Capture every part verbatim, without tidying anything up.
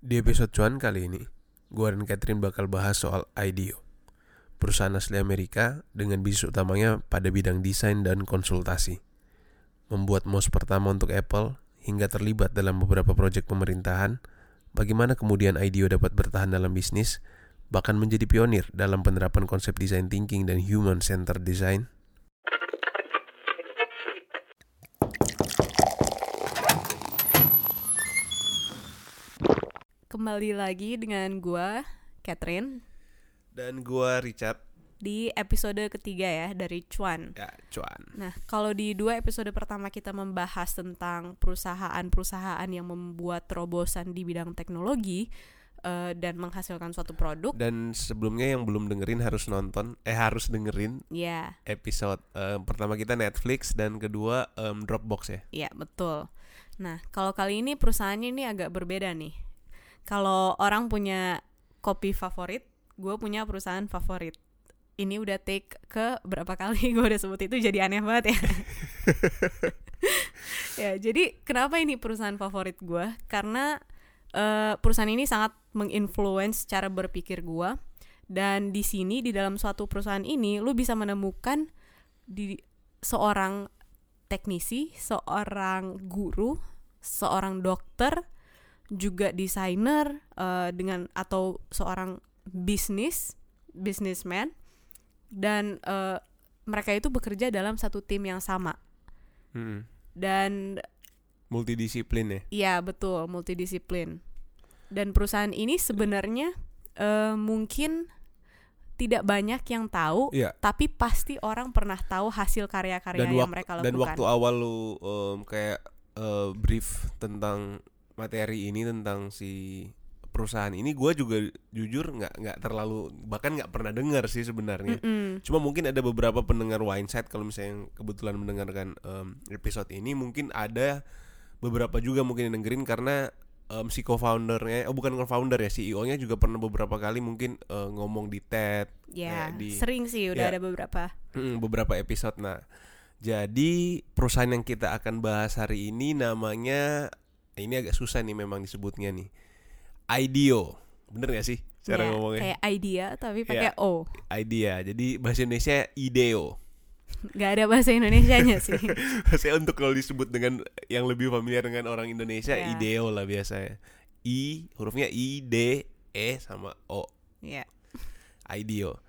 Di episode cuan kali ini, gue dan Catherine bakal bahas soal I D E O, perusahaan asli Amerika dengan bisnis utamanya pada bidang desain dan konsultasi. Membuat mouse pertama untuk Apple hingga terlibat dalam beberapa proyek pemerintahan, bagaimana kemudian I D E O dapat bertahan dalam bisnis, bahkan menjadi pionir dalam penerapan konsep design thinking dan human-centered design. Kembali lagi dengan gue, Catherine, Dan gue Richard. di episode ketiga ya dari Cuan. Ya, cuan. Nah, kalau di dua episode pertama kita membahas tentang perusahaan-perusahaan yang membuat terobosan di bidang teknologi uh, dan menghasilkan suatu produk. Dan sebelumnya yang belum dengerin harus nonton, eh harus dengerin Ya, episode uh, pertama kita Netflix dan kedua um, Dropbox ya. ya betul. Nah, kalau kali ini perusahaannya ini agak berbeda nih. Kalau orang punya kopi favorit, gue punya perusahaan favorit. Ini udah take ke berapa kali gue udah sebut itu, jadi aneh banget ya. Ya, jadi kenapa ini perusahaan favorit gue? Karena uh, perusahaan ini sangat menginfluence cara berpikir gue. Dan di sini, di dalam suatu perusahaan ini, lu bisa menemukan di seorang teknisi, seorang guru, seorang dokter, juga desainer uh, dengan atau seorang bisnis businessman, dan uh, mereka itu bekerja dalam satu tim yang sama. Hmm. Dan Multidisiplin ya. iya betul, multidisiplin. Dan perusahaan ini sebenarnya uh, mungkin tidak banyak yang tahu, Iya. tapi pasti orang pernah tahu hasil karya-karya Dan yang wak- mereka lakukan. Dan waktu awal lu um, kayak uh, brief tentang materi ini, tentang si perusahaan ini, gue juga jujur nggak nggak terlalu, bahkan nggak pernah dengar sih sebenarnya. Mm-mm. Cuma mungkin ada beberapa pendengar Wineside, kalau misalnya yang kebetulan mendengarkan um, episode ini, mungkin ada beberapa juga mungkin yang dengerin karena um, si co-foundernya, oh bukan co-founder ya, C E O-nya juga pernah beberapa kali mungkin uh, ngomong di TED. Ya, di, sering sih udah ya, ada beberapa. mm, beberapa episode. Nah, jadi perusahaan yang kita akan bahas hari ini namanya, ini agak susah nih memang disebutnya nih, I D E O. Bener gak sih cara Ya, ngomongnya? kayak idea tapi pakai Ya, O. idea. Jadi bahasa Indonesia I D E O. Gak ada bahasa Indonesianya sih. Saya untuk kalau disebut dengan yang lebih familiar dengan orang Indonesia, Ya. I D E O lah biasanya. I, hurufnya I, D, E sama O. Ya. I D E O.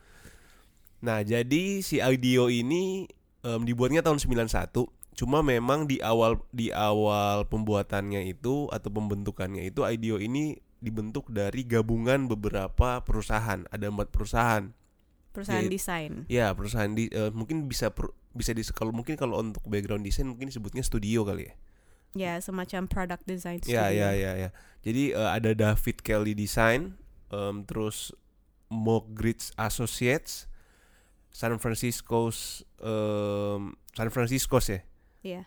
Nah, jadi si I D E O ini um, dibuatnya tahun sembilan puluh satu. Cuma memang di awal di awal pembuatannya itu atau pembentukannya itu, I D E O ini dibentuk dari gabungan beberapa perusahaan. Ada empat perusahaan. Perusahaan Ya, desain. Ya, perusahaan di uh, mungkin bisa per, bisa di kalau mungkin kalau untuk background desain mungkin disebutnya studio kali ya. Ya, semacam product design studio. Ya, ya, ya, ya. Jadi uh, ada David Kelly Design, um, terus Mogridge Associates, San Francisco's um, San Francisco's ya. Iya.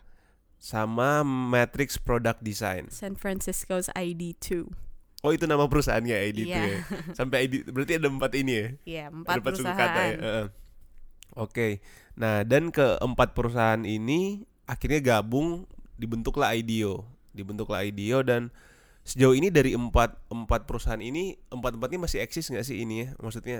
Sama Matrix Product Design. San Francisco's I D two. Oh, itu nama perusahaannya I D itu Iya. ya. Sampai I D, berarti ada empat ini ya. Iya, Ada empat empat suku perusahaan. kata ya. Uh-uh. Oke. Nah, dan keempat perusahaan ini akhirnya gabung, dibentuklah I D E O. Dibentuklah I D E O, dan sejauh ini dari empat empat perusahaan ini, empat-empatnya masih eksis nggak sih ini ya? Maksudnya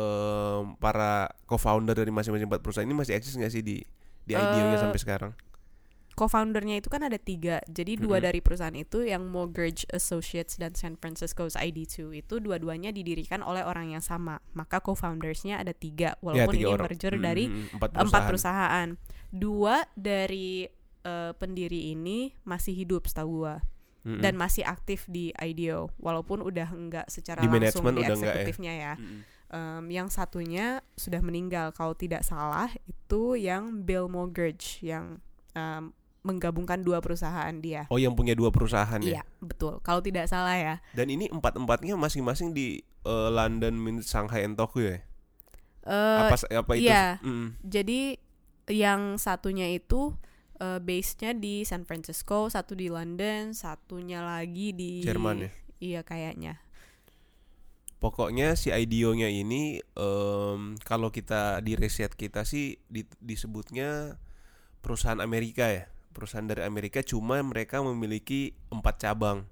um, para co-founder dari masing-masing empat perusahaan ini masih eksis nggak sih di di I D E O-nya Uh, sampai sekarang? Co-foundernya itu kan ada tiga. Jadi dua Mm-mm. dari perusahaan itu, yang Mogridge Associates dan San Francisco's I D two, itu dua-duanya didirikan oleh orang yang sama. Maka co-foundersnya ada tiga, walaupun tiga ini orang. merger Mm-mm, dari empat perusahaan. empat perusahaan. Dua dari uh, pendiri ini masih hidup setahu gua. Mm-mm. Dan masih aktif di I D E O, walaupun udah enggak secara Di langsung manajemen di udah enggak ya? eksekutifnya ya. Mm-mm. Um, yang satunya sudah meninggal kalau tidak salah, itu yang Bill Mogridge yang um, menggabungkan dua perusahaan dia. Oh, yang punya dua perusahaan ya? Iya, betul. Kalau tidak salah ya. Dan ini empat-empatnya masing-masing di uh, London, Munich, Shanghai, and Tokyo ya? Uh, apa apa itu? iya. Mm. Jadi yang satunya itu uh, base-nya di San Francisco, satu di London, satunya lagi di Jerman ya? Iya kayaknya. Pokoknya si I D E O-nya ini um, kalau kita di riset kita sih di, disebutnya perusahaan Amerika ya. Perusahaan dari Amerika, cuma mereka memiliki empat cabang.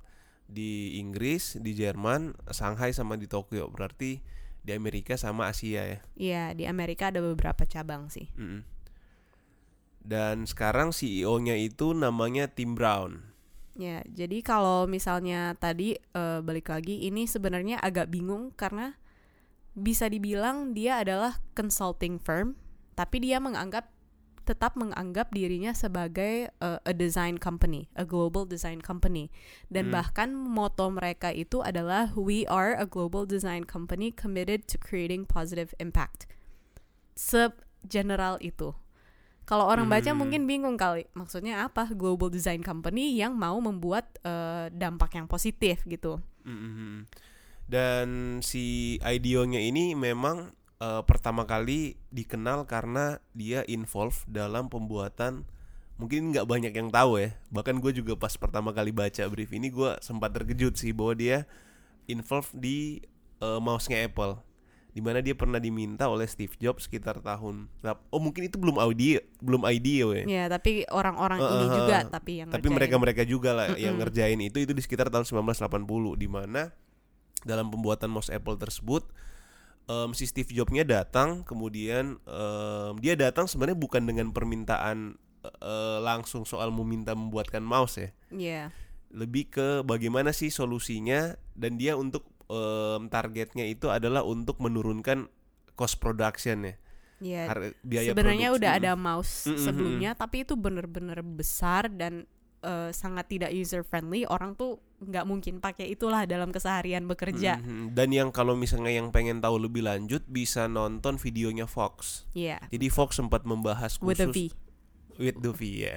di Inggris, di Jerman, Shanghai sama di Tokyo. Berarti di Amerika sama Asia ya. Iya, di Amerika ada beberapa cabang sih. Mm-mm. Dan sekarang C E O-nya itu namanya Tim Brown. Ya, jadi kalau misalnya tadi uh, balik lagi, ini sebenarnya agak bingung karena bisa dibilang dia adalah consulting firm, tapi dia menganggap tetap menganggap dirinya sebagai uh, a design company, a global design company. Dan Hmm. bahkan moto mereka itu adalah we are a global design company committed to creating positive impact. Se-general itu. Kalau orang baca Hmm. mungkin bingung kali, maksudnya apa global design company yang mau membuat uh, dampak yang positif gitu. Mm-mm. Dan si IDEO-nya ini memang uh, pertama kali dikenal karena dia involve dalam pembuatan, mungkin nggak banyak yang tahu ya. Bahkan gue juga pas pertama kali baca brief ini gue sempat terkejut sih bahwa dia involve di uh, mouse-nya Apple, dimana dia pernah diminta oleh Steve Jobs sekitar tahun oh mungkin itu belum audio belum IDEO ya. Ya, tapi orang-orang Uh, ini uh, juga tapi yang tapi ngerjain. mereka-mereka juga lah Mm-mm. yang ngerjain itu itu di sekitar tahun sembilan belas delapan puluh, di mana dalam pembuatan mouse Apple tersebut um, si Steve Jobs-nya datang, kemudian um, dia datang sebenarnya bukan dengan permintaan uh, langsung soal meminta membuatkan mouse ya. Iya. Lebih ke bagaimana sih solusinya, dan dia untuk um, targetnya itu adalah untuk menurunkan cost production ya. Iya. Har- biaya Sebenarnya produksi. udah ada mouse Mm-mm. sebelumnya, tapi itu bener-bener besar dan uh, sangat tidak user friendly. Orang tuh nggak mungkin pakai itulah dalam keseharian bekerja. Mhm. Dan yang kalau misalnya yang pengen tahu lebih lanjut bisa nonton videonya Fox. Iya. Jadi Fox sempat membahas khusus With a V. with the V ya.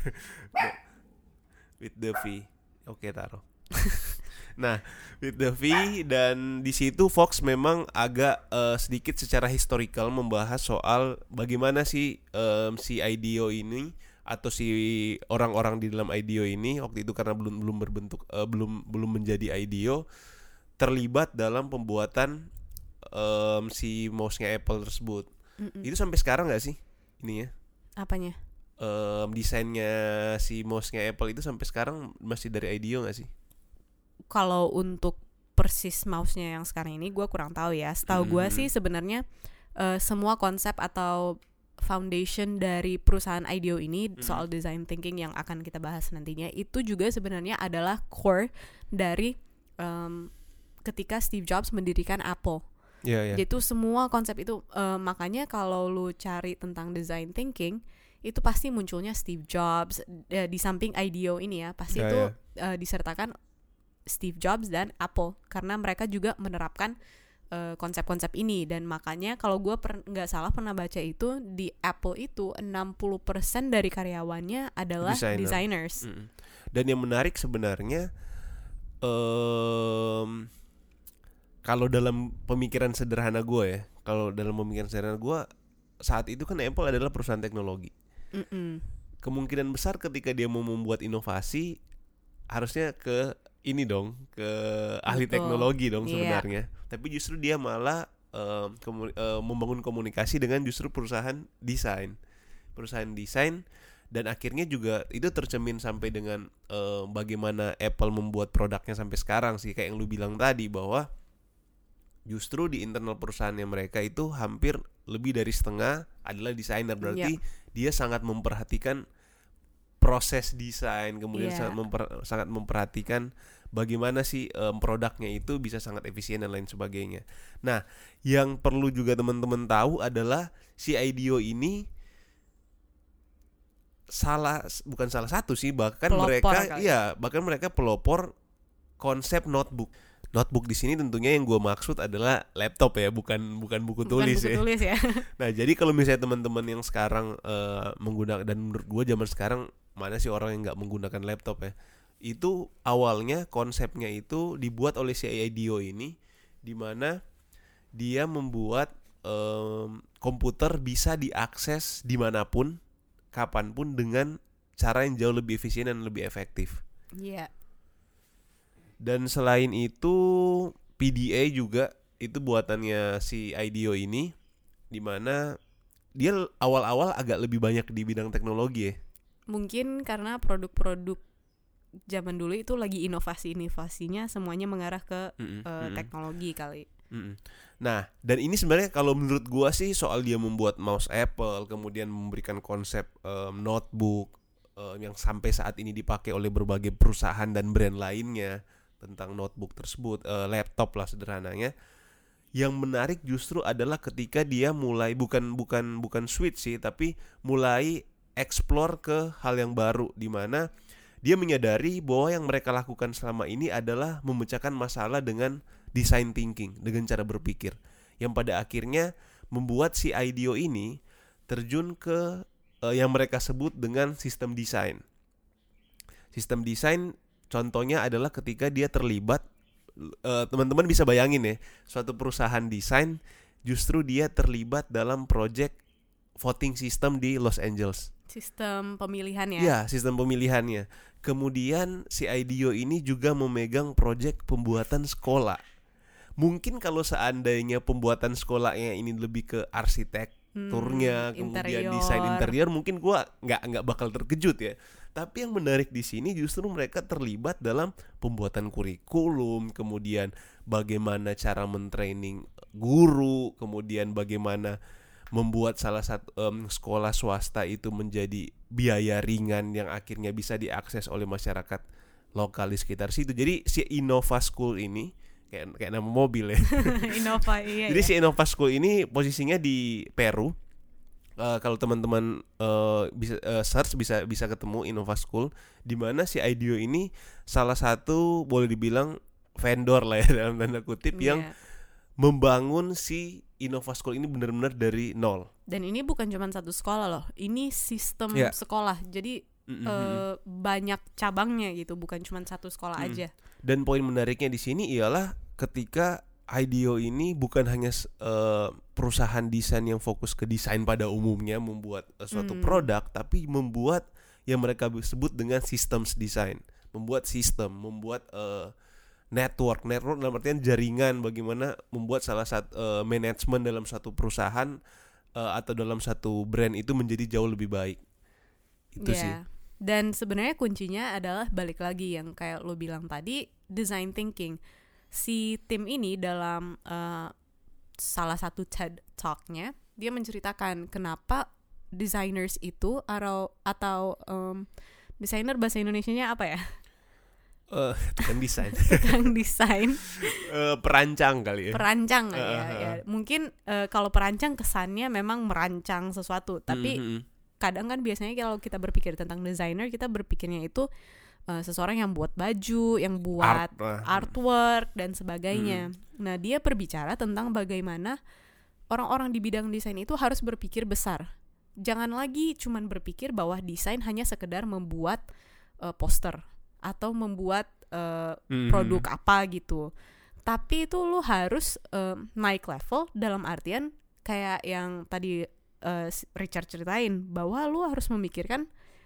With the V. Oke, taruh. Nah, with the V, dan di situ Fox memang agak uh, sedikit secara historical membahas soal bagaimana sih um, si IDEO ini atau si orang-orang di dalam IDEO ini waktu itu karena belum belum berbentuk uh, belum belum menjadi IDEO terlibat dalam pembuatan um, si mouse-nya Apple tersebut. Mm-mm. Itu sampai sekarang nggak sih ini ya? Apanya? Um, desainnya si mouse-nya Apple itu sampai sekarang masih dari IDEO nggak sih? Kalau untuk persis mouse-nya yang sekarang ini gue kurang tahu ya. Setahu gue Mhm. sih sebenarnya uh, semua konsep atau foundation dari perusahaan IDEO ini Mhm. soal design thinking yang akan kita bahas nantinya itu juga sebenarnya adalah core dari um, ketika Steve Jobs mendirikan Apple. Iya, iya. Jadi tuh semua konsep itu uh, makanya kalau lu cari tentang design thinking itu pasti munculnya Steve Jobs uh, di samping IDEO ini ya pasti Ya, itu ya. uh, disertakan Steve Jobs dan Apple karena mereka juga menerapkan uh, konsep-konsep ini. Dan makanya kalau gue per- nggak salah pernah baca itu di Apple itu enam puluh persen dari karyawannya adalah Designer. designers. Mm-mm. Dan yang menarik sebenarnya um, kalau dalam pemikiran sederhana gue ya, kalau dalam pemikiran sederhana gue saat itu kan Apple adalah perusahaan teknologi. Mm-mm. Kemungkinan besar ketika dia mau membuat inovasi harusnya ke ini dong, ke ahli Betul. teknologi dong Iya. sebenarnya. Tapi justru dia malah um, komu- uh, membangun komunikasi dengan justru perusahaan desain, perusahaan desain, dan akhirnya juga itu tercermin sampai dengan uh, bagaimana Apple membuat produknya sampai sekarang sih, kayak yang lu bilang tadi bahwa justru di internal perusahaannya mereka itu hampir lebih dari setengah adalah desainer. Berarti dia sangat memperhatikan proses desain, kemudian Iya. sangat memper- sangat memperhatikan bagaimana sih um, produknya itu bisa sangat efisien dan lain sebagainya. Nah, yang perlu juga teman-teman tahu adalah si IDEO ini salah bukan salah satu sih, bahkan Pelopor mereka kali. iya, bahkan mereka pelopor konsep notebook. Notebook di sini tentunya yang gue maksud adalah laptop ya, bukan bukan buku Bukan tulis buku ya. tulis ya. Nah, jadi kalau misalnya teman-teman yang sekarang uh, menggunakan, dan menurut gue zaman sekarang mana sih orang yang nggak menggunakan laptop ya? Itu awalnya konsepnya itu dibuat oleh si IDEO ini, di mana dia membuat um, komputer bisa diakses dimanapun, kapanpun dengan cara yang jauh lebih efisien dan lebih efektif. Iya. Dan selain itu P D A juga itu buatannya si IDEO ini, di mana dia awal-awal agak lebih banyak di bidang teknologi ya. Mungkin karena produk-produk zaman dulu itu lagi inovasi-inovasinya semuanya mengarah ke Mm-mm, uh, mm-mm. teknologi kali. Mm-mm. Nah, dan ini sebenarnya kalau menurut gua sih soal dia membuat mouse Apple, kemudian memberikan konsep um, notebook um, yang sampai saat ini dipakai oleh berbagai perusahaan dan brand lainnya tentang notebook tersebut, uh, laptop lah sederhananya. Yang menarik justru adalah ketika dia mulai bukan bukan bukan switch sih, tapi mulai explore ke hal yang baru, di mana dia menyadari bahwa yang mereka lakukan selama ini adalah memecahkan masalah dengan design thinking, dengan cara berpikir, yang pada akhirnya membuat si IDEO ini terjun ke uh, yang mereka sebut dengan sistem desain. Sistem desain contohnya adalah ketika dia terlibat, uh, teman-teman bisa bayangin ya, suatu perusahaan desain justru dia terlibat dalam project voting system di Los Angeles. Sistem pemilihan ya? Ya, sistem pemilihannya. Kemudian si IDEO ini juga memegang proyek pembuatan sekolah. Mungkin kalau seandainya pembuatan sekolahnya ini lebih ke arsitekturnya, hmm, kemudian interior. desain interior, mungkin gua nggak nggak bakal terkejut ya. Tapi yang menarik di sini justru mereka terlibat dalam pembuatan kurikulum, kemudian bagaimana cara mentraining guru, kemudian bagaimana membuat salah satu um, sekolah swasta itu menjadi biaya ringan yang akhirnya bisa diakses oleh masyarakat lokal di sekitar situ. Jadi si Innova School ini kayak kayak nama mobil ya. Innova, iya. Jadi ya. si Innova School ini posisinya di Peru. Uh, kalau teman-teman uh, bisa uh, search bisa bisa ketemu Innova School, di mana si IDEO ini salah satu boleh dibilang vendor lah ya dalam tanda kutip yeah. yang membangun si Innova School ini benar-benar dari nol. Dan ini bukan cuma satu sekolah loh, ini sistem yeah. sekolah. Jadi mm-hmm. uh, banyak cabangnya gitu, bukan cuma satu sekolah mm. aja. Dan poin menariknya di sini ialah ketika IDEO ini bukan hanya uh, perusahaan desain yang fokus ke desain pada umumnya, membuat uh, suatu mm. produk, tapi membuat yang mereka sebut dengan systems design, membuat sistem, membuat uh, network, network dalam artian jaringan, bagaimana membuat salah satu uh, manajemen dalam satu perusahaan uh, atau dalam satu brand itu menjadi jauh lebih baik. Itu yeah. sih. Dan sebenarnya kuncinya adalah balik lagi yang kayak lo bilang tadi, design thinking. Si tim ini dalam uh, salah satu TED Talk-nya, dia menceritakan kenapa designers itu atau atau um, desainer bahasa Indonesianya apa ya? Uh, tukang desain. Tukang desain. uh, perancang kali ya. Perancang uh, ya, uh, ya. Mungkin uh, kalau perancang kesannya memang merancang sesuatu, tapi mm-hmm. kadang kan biasanya kalau kita berpikir tentang desainer, kita berpikirnya itu uh, seseorang yang buat baju, yang buat Art, artwork dan sebagainya. Mm. Nah, dia berbicara tentang bagaimana orang-orang di bidang desain itu harus berpikir besar. Jangan lagi cuman berpikir bahwa desain hanya sekedar membuat uh, poster atau membuat uh, mm-hmm. produk apa gitu. Tapi itu lu harus uh, naik level dalam artian kayak yang tadi uh, Richard ceritain, bahwa lu harus memikirkan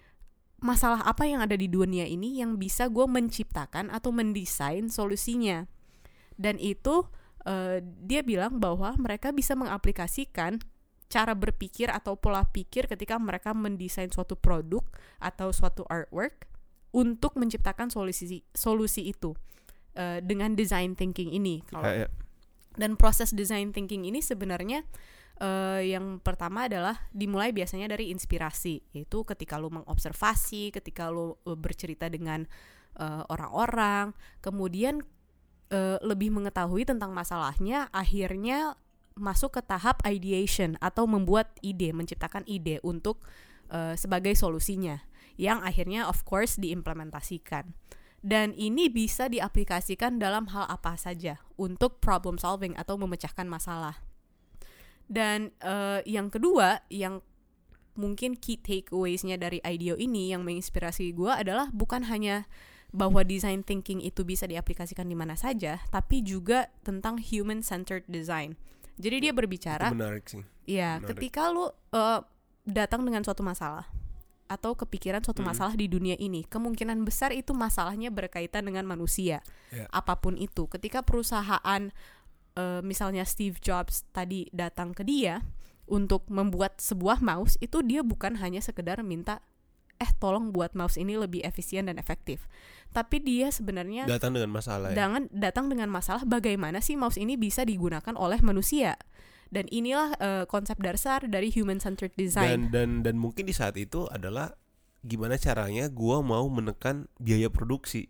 masalah apa yang ada di dunia ini yang bisa gue menciptakan atau mendesain solusinya. Dan itu uh, dia bilang bahwa mereka bisa mengaplikasikan cara berpikir atau pola pikir ketika mereka mendesain suatu produk atau suatu artwork untuk menciptakan solusi solusi itu uh, dengan design thinking ini. Kalau ya, ya. Dan proses design thinking ini sebenarnya uh, yang pertama adalah dimulai biasanya dari inspirasi, yaitu ketika lu mengobservasi, ketika lu bercerita dengan uh, orang-orang, kemudian uh, lebih mengetahui tentang masalahnya, akhirnya masuk ke tahap ideation atau membuat ide, menciptakan ide untuk uh, sebagai solusinya, yang akhirnya of course diimplementasikan. Dan ini bisa diaplikasikan dalam hal apa saja untuk problem solving atau memecahkan masalah. Dan uh, yang kedua, yang mungkin key takeaways-nya dari IDEO ini yang menginspirasi gue adalah bukan hanya bahwa design thinking itu bisa diaplikasikan di mana saja, tapi juga tentang human-centered design. Jadi dia berbicara, itu menarik sih. Iya, menarik. Ketika lu uh, datang dengan suatu masalah atau kepikiran suatu masalah mm. di dunia ini, kemungkinan besar itu masalahnya berkaitan dengan manusia, yeah. apapun itu. Ketika perusahaan uh, misalnya Steve Jobs tadi datang ke dia untuk membuat sebuah mouse, itu dia bukan hanya sekedar minta eh tolong buat mouse ini lebih efisien dan efektif. Tapi dia sebenarnya datang dengan masalah ya. Dengan, datang dengan masalah bagaimana sih mouse ini bisa digunakan oleh manusia. Dan inilah uh, konsep dasar dari human centered design. Dan dan dan mungkin di saat itu adalah gimana caranya gua mau menekan biaya produksi.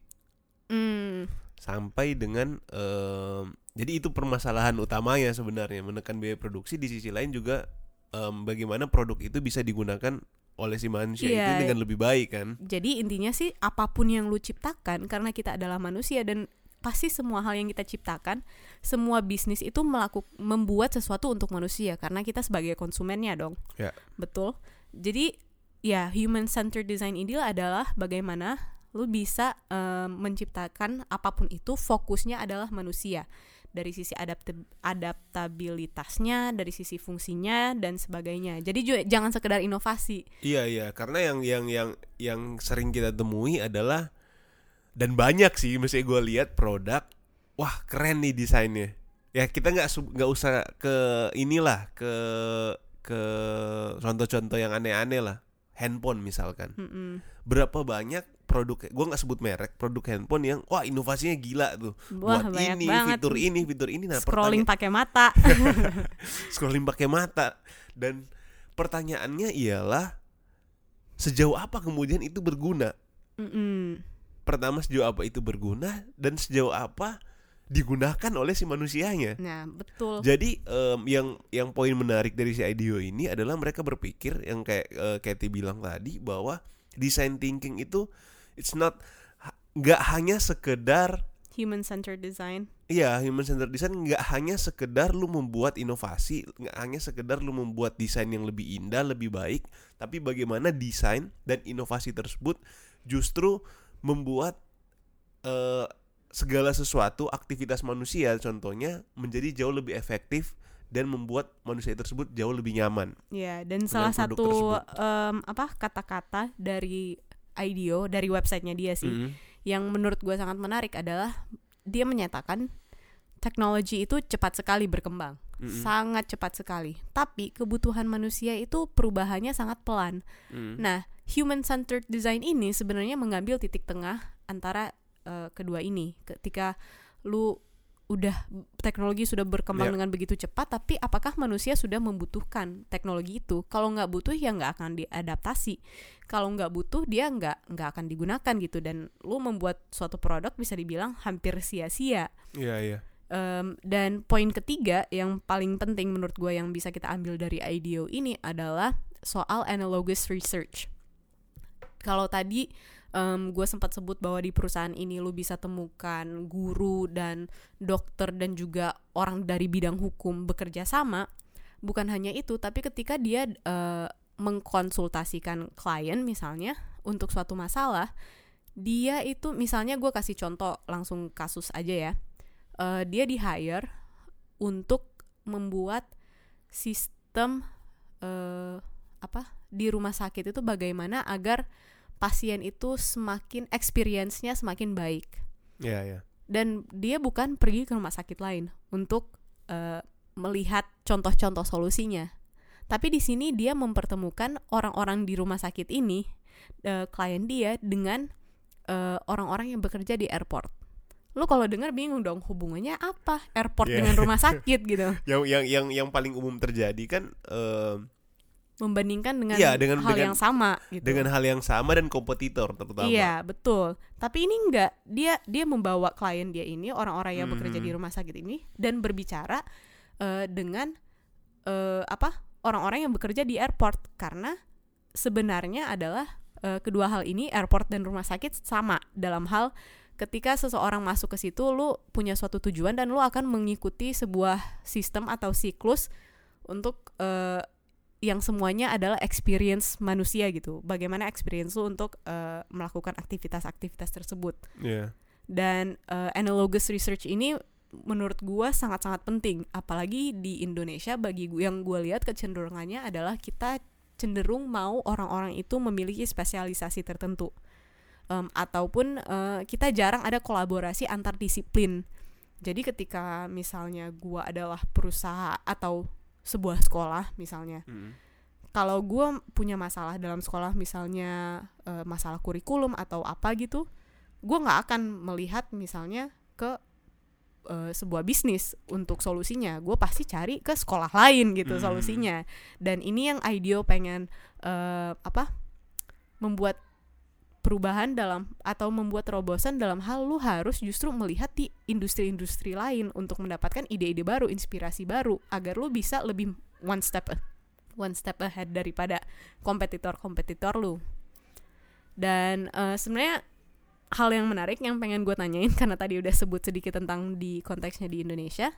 Mm. Sampai dengan um, jadi itu permasalahan utamanya sebenarnya, menekan biaya produksi. Di sisi lain juga um, bagaimana produk itu bisa digunakan oleh si manusia yeah. itu dengan lebih baik kan. Jadi intinya sih apapun yang lu ciptakan, karena kita adalah manusia dan pasti semua hal yang kita ciptakan, semua bisnis itu melakukan membuat sesuatu untuk manusia karena kita sebagai konsumennya dong. Yeah. Betul. Jadi ya human centered design ini adalah bagaimana lu bisa um, menciptakan apapun itu fokusnya adalah manusia. Dari sisi adaptab- adaptabilitasnya, dari sisi fungsinya dan sebagainya. Jadi juga jangan sekedar inovasi. Iya iya, karena yang yang yang yang sering kita temui adalah, dan banyak sih mesti gue lihat produk, wah keren nih desainnya. Ya kita nggak nggak usah ke inilah ke ke contoh-contoh yang aneh-aneh lah. Handphone misalkan. Mm-mm. Berapa banyak produk, gue nggak sebut merek, produk handphone yang wah inovasinya gila tuh. Wah, buat ini banget. fitur ini fitur ini. Nah, scrolling pakai mata. Scrolling pakai mata. Dan pertanyaannya ialah sejauh apa kemudian itu berguna? Mm-mm. Pertama sejauh apa itu berguna dan sejauh apa digunakan oleh si manusianya. Nah, betul. Jadi um, yang yang poin menarik dari si IDEO ini adalah mereka berpikir yang kayak uh, Katie bilang tadi, bahwa design thinking itu it's not nggak hanya sekedar human centered design. Iya, human centered design nggak hanya sekedar lu membuat inovasi, nggak hanya sekedar lu membuat desain yang lebih indah, lebih baik, tapi bagaimana desain dan inovasi tersebut justru membuat uh, segala sesuatu, aktivitas manusia contohnya menjadi jauh lebih efektif dan membuat manusia tersebut jauh lebih nyaman. Ya, dan salah satu um, apa kata-kata dari IDEO, dari websitenya dia sih, mm-hmm. yang menurut gue sangat menarik adalah dia menyatakan teknologi itu cepat sekali berkembang, mm-hmm. sangat cepat sekali. Tapi kebutuhan manusia itu perubahannya sangat pelan. Mm-hmm. Nah, human centered design ini sebenarnya mengambil titik tengah antara Uh, kedua ini. Ketika lu udah teknologi sudah berkembang yeah. dengan begitu cepat, tapi apakah manusia sudah membutuhkan teknologi itu? Kalau nggak butuh ya nggak akan diadaptasi. Kalau nggak butuh dia nggak nggak akan digunakan gitu. Dan lu membuat suatu produk bisa dibilang hampir sia-sia. Iya yeah, iya. Yeah. Um, dan poin ketiga yang paling penting menurut gue yang bisa kita ambil dari IDEO ini adalah soal analogous research. Kalau tadi Um, gue sempat sebut bahwa di perusahaan ini lu bisa temukan guru dan dokter dan juga orang dari bidang hukum bekerja sama. Bukan hanya itu, tapi ketika dia uh, mengkonsultasikan klien misalnya untuk suatu masalah, dia itu misalnya gue kasih contoh langsung kasus aja ya. Uh, dia di hire untuk membuat sistem uh, apa di rumah sakit itu bagaimana agar pasien itu semakin experience-nya semakin baik. Iya, yeah, iya. Yeah. Dan dia bukan pergi ke rumah sakit lain untuk uh, melihat contoh-contoh solusinya. Tapi di sini dia mempertemukan orang-orang di rumah sakit ini, uh, klien dia dengan uh, orang-orang yang bekerja di airport. Lu kalau dengar bingung dong, hubungannya apa airport yeah. dengan rumah sakit gitu. yang yang yang yang paling umum terjadi kan uh... membandingkan dengan, iya, dengan hal dengan, yang sama gitu. Dengan hal yang sama dan kompetitor terutama. Iya, betul. Tapi ini enggak, dia dia membawa klien dia ini, orang-orang yang hmm. bekerja di rumah sakit ini dan berbicara uh, dengan uh, apa? orang-orang yang bekerja di airport, karena sebenarnya adalah uh, kedua hal ini, airport dan rumah sakit, sama dalam hal ketika seseorang masuk ke situ, lu punya suatu tujuan dan lu akan mengikuti sebuah sistem atau siklus untuk uh, yang semuanya adalah experience manusia gitu. Bagaimana experience lu untuk uh, melakukan aktivitas-aktivitas tersebut. Yeah. Dan uh, analogous research ini menurut gue sangat-sangat penting. Apalagi di Indonesia, bagi gue yang gue lihat kecenderungannya adalah kita cenderung mau orang-orang itu memiliki spesialisasi tertentu. Um, ataupun uh, kita jarang ada kolaborasi antar disiplin. Jadi ketika misalnya gue adalah perusahaan atau sebuah sekolah misalnya, hmm. kalau gue punya masalah dalam sekolah, misalnya uh, masalah kurikulum atau apa gitu, gue nggak akan melihat misalnya ke uh, sebuah bisnis untuk solusinya. Gue pasti cari ke sekolah lain gitu hmm. solusinya. Dan ini yang IDEO pengen uh, apa membuat perubahan dalam atau membuat terobosan dalam hal lu harus justru melihat di industri-industri lain untuk mendapatkan ide-ide baru, inspirasi baru, agar lu bisa lebih one step one step ahead daripada kompetitor-kompetitor lu. Dan uh, sebenarnya hal yang menarik yang pengen gue tanyain, karena tadi udah sebut sedikit tentang di konteksnya di Indonesia,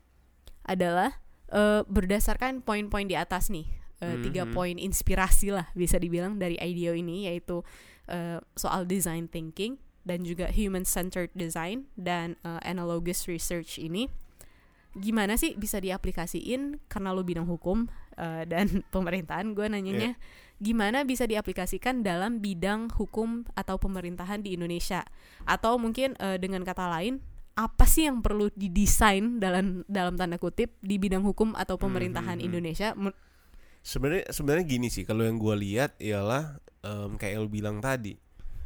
adalah uh, berdasarkan poin-poin di atas nih, uh, mm-hmm. tiga poin inspirasi lah bisa dibilang dari IDEO ini, yaitu uh, soal design thinking dan juga human-centered design dan uh, analogous research ini. Gimana sih bisa diaplikasiin, karena lu bidang hukum uh, dan pemerintahan, gue nanyanya yeah. gimana bisa diaplikasikan dalam bidang hukum atau pemerintahan di Indonesia, atau mungkin uh, dengan kata lain, apa sih yang perlu didesain dalam dalam tanda kutip di bidang hukum atau pemerintahan mm-hmm. Indonesia? Sebenarnya sebenarnya gini sih, kalau yang gue lihat ialah um, kayak lu bilang tadi.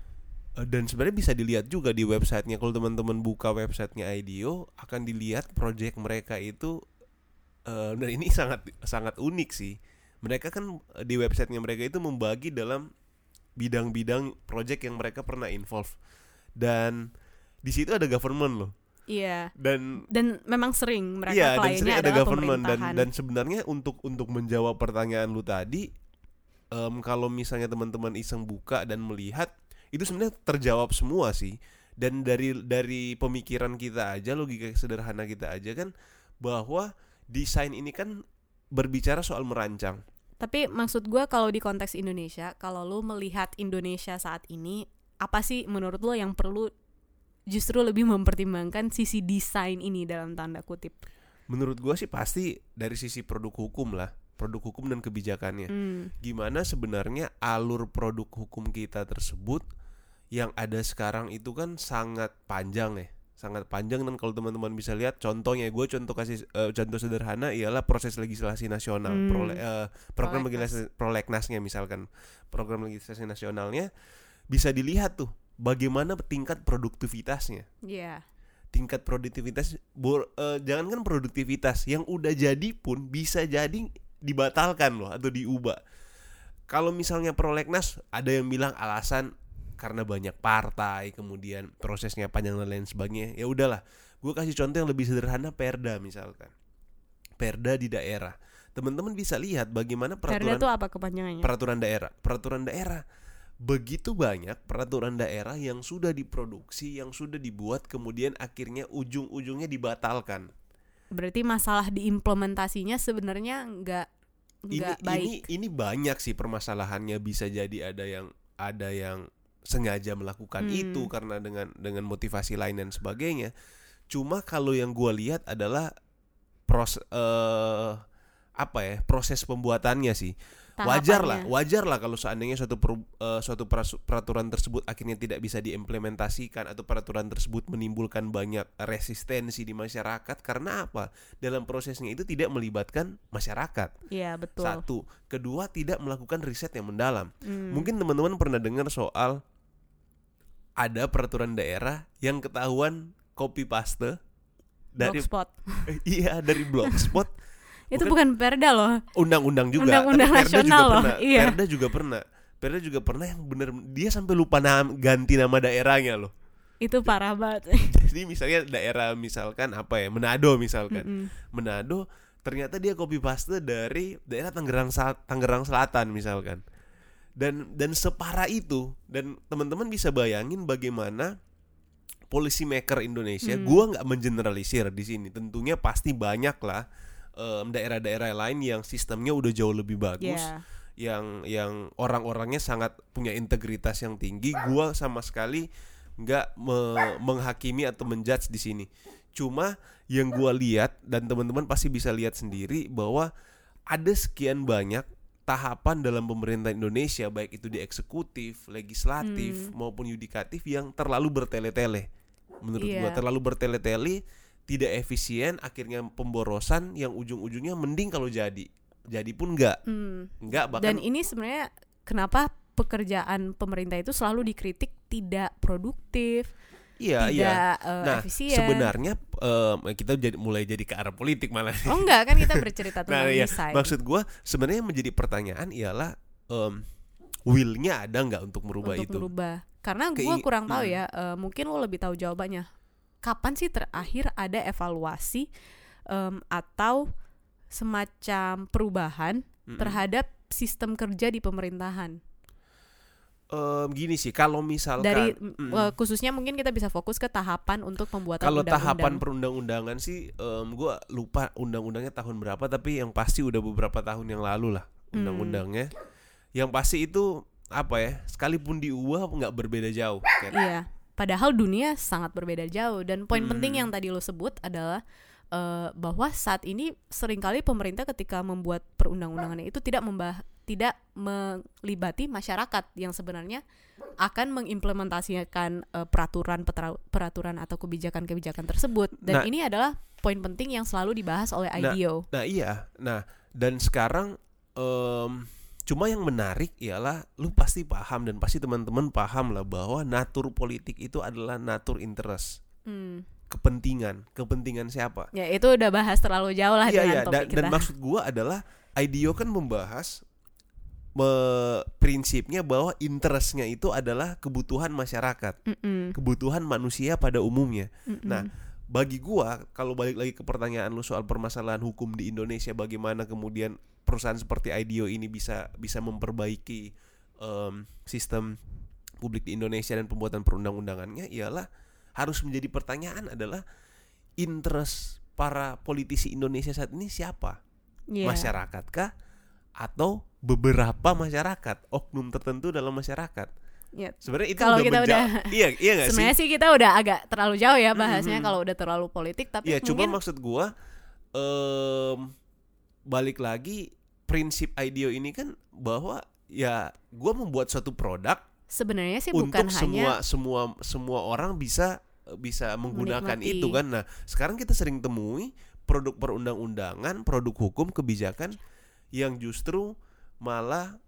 Dan sebenarnya bisa dilihat juga di websitenya. Kalau teman-teman buka websitenya IDEO, akan dilihat project mereka itu uh, dan ini sangat sangat unik sih. Mereka kan di websitenya mereka itu membagi dalam bidang-bidang project yang mereka pernah involve. Dan di situ ada government loh. Iya. Dan dan memang sering mereka iya, kliennya ada adalah government. pemerintahan. Dan dan sebenarnya untuk untuk menjawab pertanyaan lu tadi, um, kalau misalnya teman-teman iseng buka dan melihat, itu sebenarnya terjawab semua sih. Dan dari dari pemikiran kita aja, logika sederhana kita aja kan, bahwa desain ini kan berbicara soal merancang. Tapi maksud gue kalau di konteks Indonesia, kalau lu melihat Indonesia saat ini, apa sih menurut lu yang perlu justru lebih mempertimbangkan sisi desain ini dalam tanda kutip? Menurut gue sih pasti dari sisi produk hukum lah, produk hukum dan kebijakannya. Hmm. Gimana sebenarnya alur produk hukum kita tersebut yang ada sekarang itu kan sangat panjang ya, sangat panjang. Dan kalau teman-teman bisa lihat contohnya, gue contoh kasih uh, contoh sederhana ialah proses legislasi nasional, hmm. Prole, uh, program legislasi prolegnasnya misalkan, program legislasi nasionalnya bisa dilihat tuh bagaimana tingkat produktivitasnya. Iya. Yeah. Tingkat produktivitas, bo, uh, jangankan produktivitas, yang udah jadi pun bisa jadi dibatalkan loh atau diubah. Kalau misalnya prolegnas, ada yang bilang alasan karena banyak partai, kemudian prosesnya panjang dan lain sebagainya. Ya udahlah, gue kasih contoh yang lebih sederhana, Perda misalkan. Perda di daerah. Teman-teman bisa lihat bagaimana peraturan. Perda itu apa kepanjangannya? Peraturan daerah. Peraturan daerah. Begitu banyak peraturan daerah yang sudah diproduksi, yang sudah dibuat, kemudian akhirnya ujung-ujungnya dibatalkan. Berarti masalah diimplementasinya sebenarnya nggak nggak baik. Ini ini banyak sih permasalahannya. Bisa jadi ada yang ada yang sengaja melakukan hmm. itu karena dengan dengan motivasi lain dan sebagainya. Cuma kalau yang gue lihat adalah proses uh, apa ya proses pembuatannya sih. Wajar lah, wajar lah kalau seandainya suatu per, uh, suatu peraturan tersebut akhirnya tidak bisa diimplementasikan, atau peraturan tersebut menimbulkan banyak resistensi di masyarakat. Karena apa? Dalam prosesnya itu tidak melibatkan masyarakat. Iya, betul. Satu, kedua, tidak melakukan riset yang mendalam. Hmm. Mungkin teman-teman pernah dengar soal ada peraturan daerah yang ketahuan copy paste dari Blogspot. Iya, dari Blogspot. Itu bukan, bukan Perda loh. Undang-undang juga. Undang-undang Perda nasional juga loh. Pernah. Iya. Perda juga pernah. Perda juga pernah yang benar dia sampai lupa nama, ganti nama daerahnya loh. Itu parah banget. Jadi misalnya daerah misalkan apa ya, Manado misalkan. Mm-mm. Manado ternyata dia copy paste dari daerah Tangerang Tangerang Selatan misalkan. Dan dan separah itu. Dan teman-teman bisa bayangin bagaimana policy maker Indonesia. Hmm. Gua nggak mengeneralisir di sini. Tentunya pasti banyak lah Um, daerah-daerah lain yang sistemnya udah jauh lebih bagus, yeah. yang yang orang-orangnya sangat punya integritas yang tinggi. Gua sama sekali nggak me- menghakimi atau menjudge di sini. Cuma yang gua lihat, dan teman-teman pasti bisa lihat sendiri, bahwa ada sekian banyak tahapan dalam pemerintahan Indonesia, baik itu di eksekutif, legislatif hmm. maupun yudikatif, yang terlalu bertele-tele. Menurut yeah. gua terlalu bertele-tele, tidak efisien, akhirnya pemborosan yang ujung-ujungnya mending kalau jadi jadi pun enggak. Hmm. Enggak bahkan. Dan ini sebenarnya kenapa pekerjaan pemerintah itu selalu dikritik tidak produktif, Iya, tidak iya. uh, Nah, efisien. sebenarnya um, kita jadi, mulai jadi ke arah politik malah. Oh enggak, kan kita bercerita tentang Nah, iya. desain. Maksud gue sebenarnya yang menjadi pertanyaan ialah um, will-nya ada nggak untuk merubah untuk itu? merubah. Karena gue Keing- kurang tahu hmm. ya, uh, mungkin lo lebih tahu jawabannya. Kapan sih terakhir ada evaluasi um, atau semacam perubahan Mm-mm. terhadap sistem kerja di pemerintahan? Um, gini sih, kalau misalkan Dari mm, uh, khususnya mungkin kita bisa fokus ke tahapan untuk pembuatan kalau undang-undang. tahapan perundang-undangan sih, um, gue lupa undang-undangnya tahun berapa, tapi yang pasti udah beberapa tahun yang lalu lah Hmm. undang-undangnya. Yang pasti itu apa ya? Sekalipun diubah nggak berbeda jauh. Kan? Iya, padahal dunia sangat berbeda jauh. Dan poin Hmm. penting yang tadi lo sebut adalah uh, bahwa saat ini seringkali pemerintah ketika membuat perundang-undangannya itu tidak membah tidak melibati masyarakat yang sebenarnya akan mengimplementasikan uh, peraturan peraturan atau kebijakan-kebijakan tersebut. Dan Nah, ini adalah poin penting yang selalu dibahas oleh I D O. Nah iya, nah dan sekarang um, cuma yang menarik ialah lu pasti paham dan pasti teman-teman paham lah bahwa natur politik itu adalah natur interest, Hmm. kepentingan, kepentingan siapa? Ya itu udah bahas terlalu jauh lah Iya dengan iya, topik dan, kita. dan maksud gua adalah I D O kan membahas me, prinsipnya bahwa interestnya itu adalah kebutuhan masyarakat, Mm-mm. kebutuhan manusia pada umumnya. Mm-mm. Nah, bagi gua kalau balik lagi ke pertanyaan lu soal permasalahan hukum di Indonesia, bagaimana kemudian perusahaan seperti I D O ini bisa bisa memperbaiki um, sistem publik di Indonesia dan pembuatan perundang-undangannya, ialah harus menjadi pertanyaan adalah interest para politisi Indonesia saat ini siapa? Yeah. Masyarakat kah? Atau beberapa masyarakat, oknum tertentu dalam masyarakat? Ya. Sebenarnya itu Kalau udah kita menja- udah iya iya nggak sih? sebenarnya sih kita udah agak terlalu jauh ya bahasnya Mhm. kalau udah terlalu politik, tapi Iya, cuma mungkin maksud gua um, balik lagi prinsip I D O ini kan bahwa ya gua membuat suatu produk sebenarnya sih untuk bukan semua hanya semua semua orang bisa bisa menggunakan menikmati. itu kan. Nah, sekarang kita sering temui produk perundang-undangan, produk hukum, kebijakan yang justru malah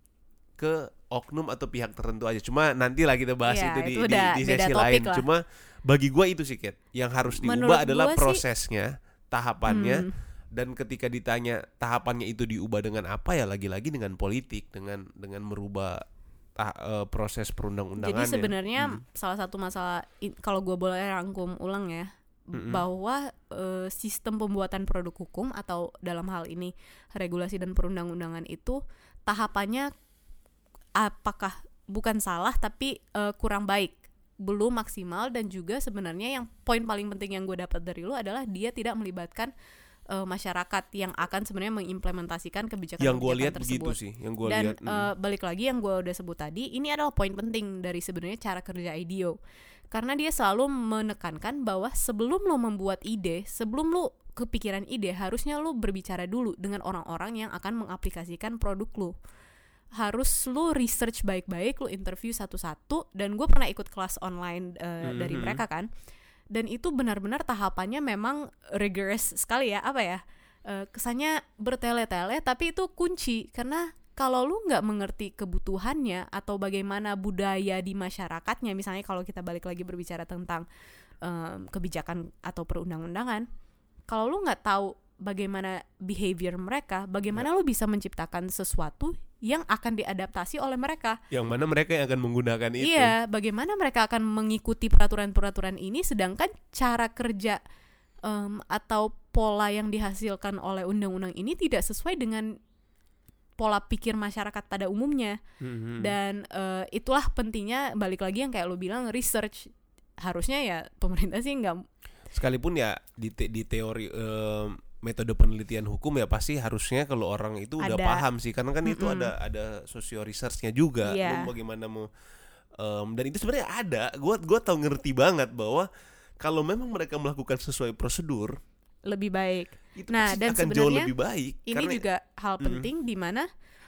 ke oknum atau pihak tertentu aja. Cuma nantilah kita bahas Ya, itu di, itu di, udah di beda sesi topik lain. lah. Cuma bagi gua itu sih, Kit, yang harus diubah Menurut adalah gua sih- prosesnya, tahapannya. Hmm. Dan ketika ditanya tahapannya itu diubah dengan apa, ya lagi-lagi dengan politik, dengan dengan merubah ta- uh, proses perundang-undangannya. Jadi sebenarnya Hmm. salah satu masalah i- kalau gue boleh rangkum ulang ya, Mm-mm. bahwa eh, sistem pembuatan produk hukum atau dalam hal ini regulasi dan perundang-undangan itu tahapannya apakah bukan salah tapi eh, kurang baik, belum maksimal. Dan juga sebenarnya yang poin paling penting yang gue dapat dari lu adalah dia tidak melibatkan eh, masyarakat yang akan sebenarnya mengimplementasikan kebijakan-kebijakan Yang gue lihat tersebut. begitu sih, yang gue Dan lihat. mm. uh, balik lagi yang gue udah sebut tadi, ini adalah poin penting dari sebenarnya cara kerja I D O. Karena dia selalu menekankan bahwa sebelum lo membuat ide, sebelum lo kepikiran ide, harusnya lo berbicara dulu dengan orang-orang yang akan mengaplikasikan produk lo. Harus lo research baik-baik, lo interview satu-satu. Dan gue pernah ikut kelas online uh, Mm-hmm. dari mereka kan. Dan itu benar-benar tahapannya memang rigorous sekali ya, apa ya, uh, kesannya bertele-tele, tapi itu kunci. Karena kalau lu nggak mengerti kebutuhannya atau bagaimana budaya di masyarakatnya, misalnya kalau kita balik lagi berbicara tentang um, kebijakan atau perundang-undangan, kalau lu nggak tahu bagaimana behavior mereka, bagaimana Ya. lu bisa menciptakan sesuatu yang akan diadaptasi oleh mereka. Yang mana mereka yang akan menggunakan itu. Iya, bagaimana mereka akan mengikuti peraturan-peraturan ini, sedangkan cara kerja um, atau pola yang dihasilkan oleh undang-undang ini tidak sesuai dengan pola pikir masyarakat pada umumnya. Mm-hmm. Dan uh, itulah pentingnya, balik lagi yang kayak lo bilang, research. Harusnya ya pemerintah sih nggak, Sekalipun ya di, te- di teori em, metode penelitian hukum ya pasti harusnya kalau orang itu udah Ada. paham sih, karena kan itu Mm-mm. ada ada socio researchnya juga. Iya. Lu bagaimana mau em, dan itu sebenarnya ada. Gua gua tahu ngerti banget bahwa kalau memang mereka melakukan sesuai prosedur lebih baik. itu Nah, pasti dan akan jauh sebenarnya lebih baik. Ini Karena juga hal Mm. penting di mana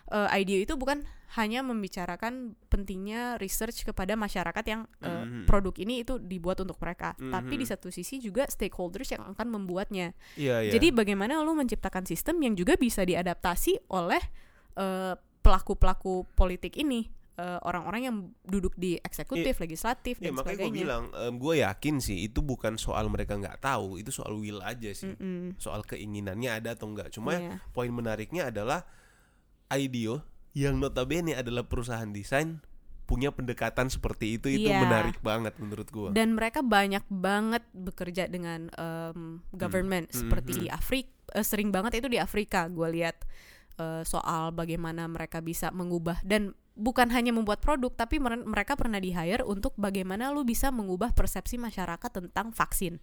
uh, IDEO itu bukan hanya membicarakan pentingnya research kepada masyarakat yang uh, mm-hmm. produk ini itu dibuat untuk mereka, mm-hmm. tapi di satu sisi juga stakeholders yang akan membuatnya. Yeah, yeah. Jadi bagaimana lu menciptakan sistem yang juga bisa diadaptasi oleh uh, pelaku-pelaku politik ini, uh, orang-orang yang duduk di eksekutif, yeah. legislatif yeah, dan makanya sebagainya. Makanya gue bilang, um, gue yakin sih itu bukan soal mereka nggak tahu, itu soal will aja sih, mm-mm. soal keinginannya ada atau enggak. Cuma yeah. poin menariknya adalah IDEO yang notabene adalah perusahaan desain punya pendekatan seperti itu, itu yeah. menarik banget menurut gue. Dan mereka banyak banget bekerja dengan um, government hmm. seperti hmm. di Afrika, uh, sering banget itu di Afrika gue lihat uh, soal bagaimana mereka bisa mengubah, dan bukan hanya membuat produk, tapi mereka pernah di-hire untuk bagaimana lu bisa mengubah persepsi masyarakat tentang vaksin.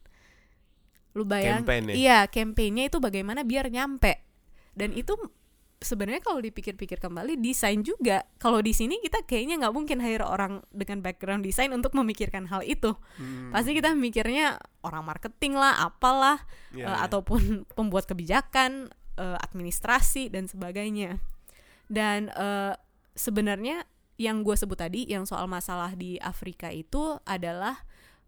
Lu bayang, campaign, ya? Iya, campaign-nya itu bagaimana biar nyampe. Dan itu sebenarnya kalau dipikir-pikir kembali desain juga. Kalau di sini kita kayaknya nggak mungkin hire orang dengan background desain untuk memikirkan hal itu. Hmm. Pasti kita mikirnya orang marketing lah, apalah, yeah, uh, yeah. ataupun pembuat kebijakan, uh, administrasi dan sebagainya. Dan uh, sebenarnya yang gue sebut tadi, yang soal masalah di Afrika itu adalah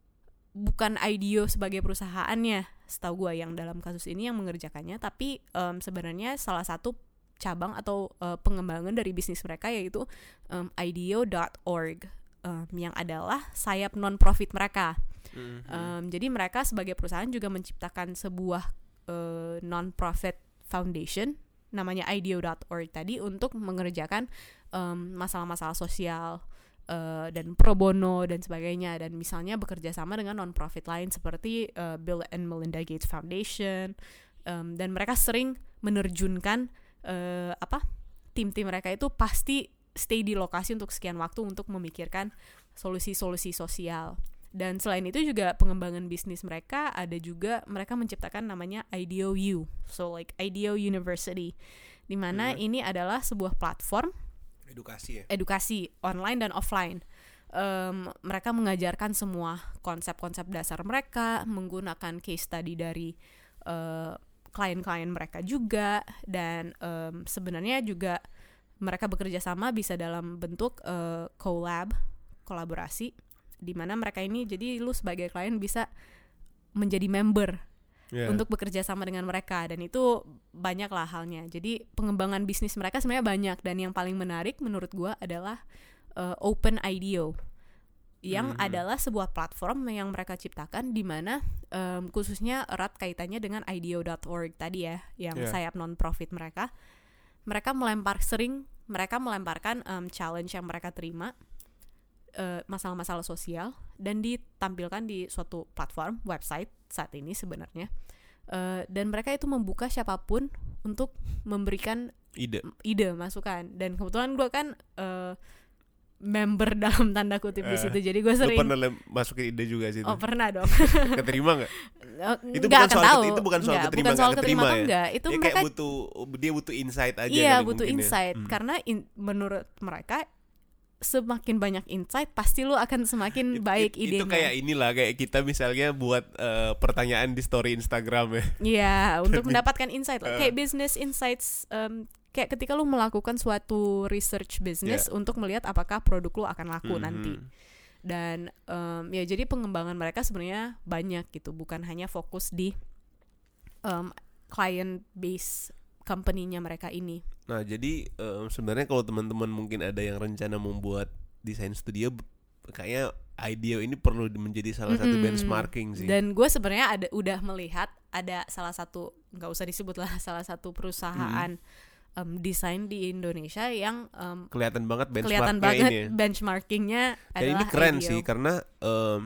bukan IDEO sebagai perusahaannya, setahu gue yang dalam kasus ini yang mengerjakannya, tapi um, sebenarnya salah satu cabang atau uh, pengembangan dari bisnis mereka yaitu um, ideo dot org um, yang adalah sayap non-profit mereka. Mm-hmm. Um, jadi mereka sebagai perusahaan juga menciptakan sebuah uh, non-profit foundation namanya ideo dot org tadi untuk mengerjakan um, masalah-masalah sosial uh, dan pro bono dan sebagainya, dan misalnya bekerja sama dengan non-profit lain seperti uh, Bill and Melinda Gates Foundation, um, dan mereka sering menerjunkan Uh, apa tim-tim mereka itu pasti stay di lokasi untuk sekian waktu untuk memikirkan solusi-solusi sosial. Dan selain itu juga pengembangan bisnis mereka ada juga mereka menciptakan namanya IDEO U, so like IDEO University, di mana hmm. ini adalah sebuah platform edukasi ya? edukasi online dan offline. Um, mereka mengajarkan semua konsep-konsep dasar mereka menggunakan case study dari uh, klien-klien mereka juga, dan um, sebenarnya juga mereka bekerja sama bisa dalam bentuk uh, collab, kolaborasi, di mana mereka ini jadi lu sebagai klien bisa menjadi member yeah. untuk bekerja sama dengan mereka, dan itu banyak lah halnya. Jadi pengembangan bisnis mereka sebenarnya banyak, dan yang paling menarik menurut gue adalah uh, Open IDEO, yang mm-hmm. adalah sebuah platform yang mereka ciptakan di mana um, khususnya erat kaitannya dengan ideo dot org tadi ya, yang yeah. sayap non-profit mereka. Mereka melempar sering mereka melemparkan um, challenge yang mereka terima, uh, masalah-masalah sosial, dan ditampilkan di suatu platform website saat ini sebenarnya. Uh, dan mereka itu membuka siapapun untuk memberikan ide, ide masukan. Dan kebetulan gue kan uh, member dalam tanda kutip uh, di situ, jadi gue sering. Lo pernah lem- masukin ide juga sih? Oh pernah dong. Keterima nggak? Itu bukan soal tahu. Itu bukan soal nggak, keterima, bukan soal keterima, keterima ya? enggak. Itu ya, mereka kayak butuh dia butuh insight aja. Iya butuh insight ya. hmm. karena in, menurut mereka semakin banyak insight pasti lu akan semakin baik It, idenya. Itu kayak inilah kayak kita misalnya buat uh, pertanyaan di story Instagram ya. Iya untuk mendapatkan insight uh, kayak business insights. Um, Kayak ketika lu melakukan suatu research business yeah. untuk melihat apakah produk lu akan laku mm-hmm. nanti. Dan um, ya jadi pengembangan mereka sebenarnya banyak gitu, bukan hanya fokus di um, client base company-nya mereka ini. Nah jadi um, sebenarnya kalau teman-teman mungkin ada yang rencana membuat desain studio, kayaknya IDEO ini perlu menjadi salah satu mm-hmm. benchmarking sih. Dan gue sebenarnya ada udah melihat ada salah satu, nggak usah disebut lah, salah satu perusahaan mm-hmm. Um, desain di Indonesia yang um, kelihatan banget benchmarknya kelihatan banget ini ya. benchmarkingnya adalah dan ini keren IDEO. Sih karena um,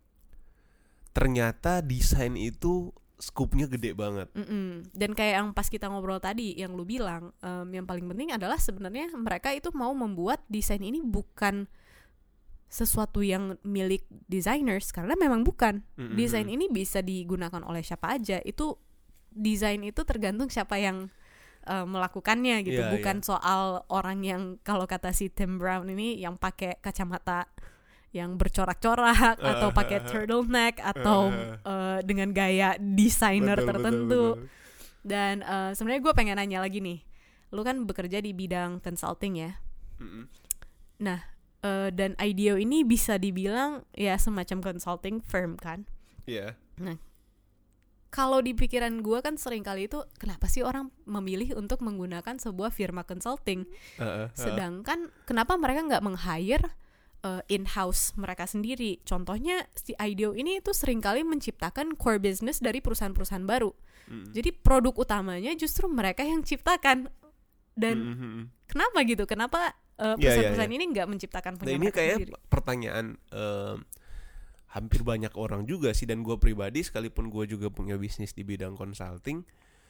ternyata desain itu skupnya gede banget. Mm-mm. Dan kayak yang pas kita ngobrol tadi yang lu bilang, um, yang paling penting adalah sebenarnya mereka itu mau membuat desain ini bukan sesuatu yang milik designers, karena memang bukan. Mm-hmm. Desain ini bisa digunakan oleh siapa aja. Itu desain itu tergantung siapa yang Uh, melakukannya gitu, yeah, bukan yeah. soal orang yang kalau kata si Tim Brown ini yang pakai kacamata yang bercorak-corak uh, atau pakai turtleneck atau uh, uh, dengan gaya desainer betul, tertentu. Betul, betul. Dan uh, sebenarnya gue pengen nanya lagi nih, lu kan bekerja di bidang consulting ya. Mm-mm. Nah, uh, dan IDEO ini bisa dibilang ya semacam consulting firm kan. Iya. Yeah. Nah, kalau di pikiran gue kan sering kali itu kenapa sih orang memilih untuk menggunakan sebuah firma consulting, Uh, uh, sedangkan kenapa mereka nggak meng-hire uh, in-house mereka sendiri. Contohnya si IDEO ini itu sering kali menciptakan core business dari perusahaan-perusahaan baru. mm. Jadi produk utamanya justru mereka yang ciptakan. Dan Mm-hmm. kenapa gitu? Kenapa uh, Ya, ya, perusahaan-perusahaan ya. ini nggak menciptakan Nah punya ini mereka kayak sendiri? pertanyaan um, hampir banyak orang juga sih, dan gue pribadi sekalipun gue juga punya bisnis di bidang consulting,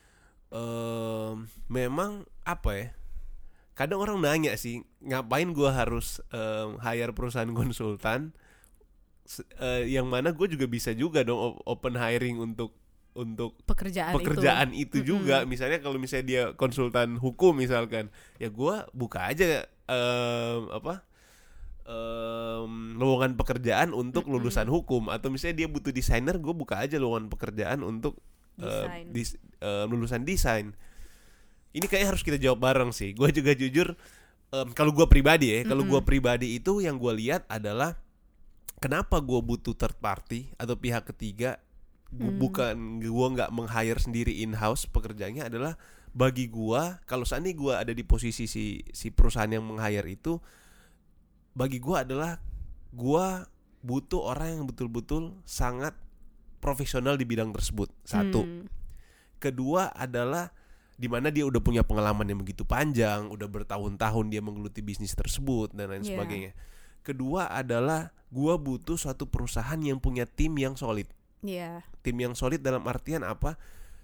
um, memang apa ya? Kadang orang nanya sih, ngapain gue harus um, hire perusahaan konsultan? Uh, yang mana gue juga bisa juga dong open hiring untuk untuk Pekerjaan, pekerjaan itu, itu juga. Misalnya kalau misalnya dia konsultan hukum misalkan, ya gue buka aja um, apa um, lowongan pekerjaan untuk Mm-mm. lulusan hukum. Atau misalnya dia butuh desainer, gue buka aja lowongan pekerjaan untuk uh, Desain. dis, uh, lulusan desain. Ini kayaknya harus kita jawab bareng sih. Gue juga jujur, um, kalau gue pribadi ya, kalau Mm-mm. gue pribadi itu yang gue lihat adalah kenapa gue butuh third party atau pihak ketiga. Gua, Hmm. bukan gue nggak meng-hire sendiri in-house, pekerjaannya adalah bagi gue, kalau seandainya gue ada di posisi si si perusahaan yang meng-hire itu, bagi gue adalah gue butuh orang yang betul-betul sangat profesional di bidang tersebut. Satu. Hmm. Kedua adalah di mana dia udah punya pengalaman yang begitu panjang, udah bertahun-tahun dia menggeluti bisnis tersebut dan lain Yeah. sebagainya. Kedua adalah gue butuh suatu perusahaan yang punya tim yang solid. Iya. Tim yang solid dalam artian apa?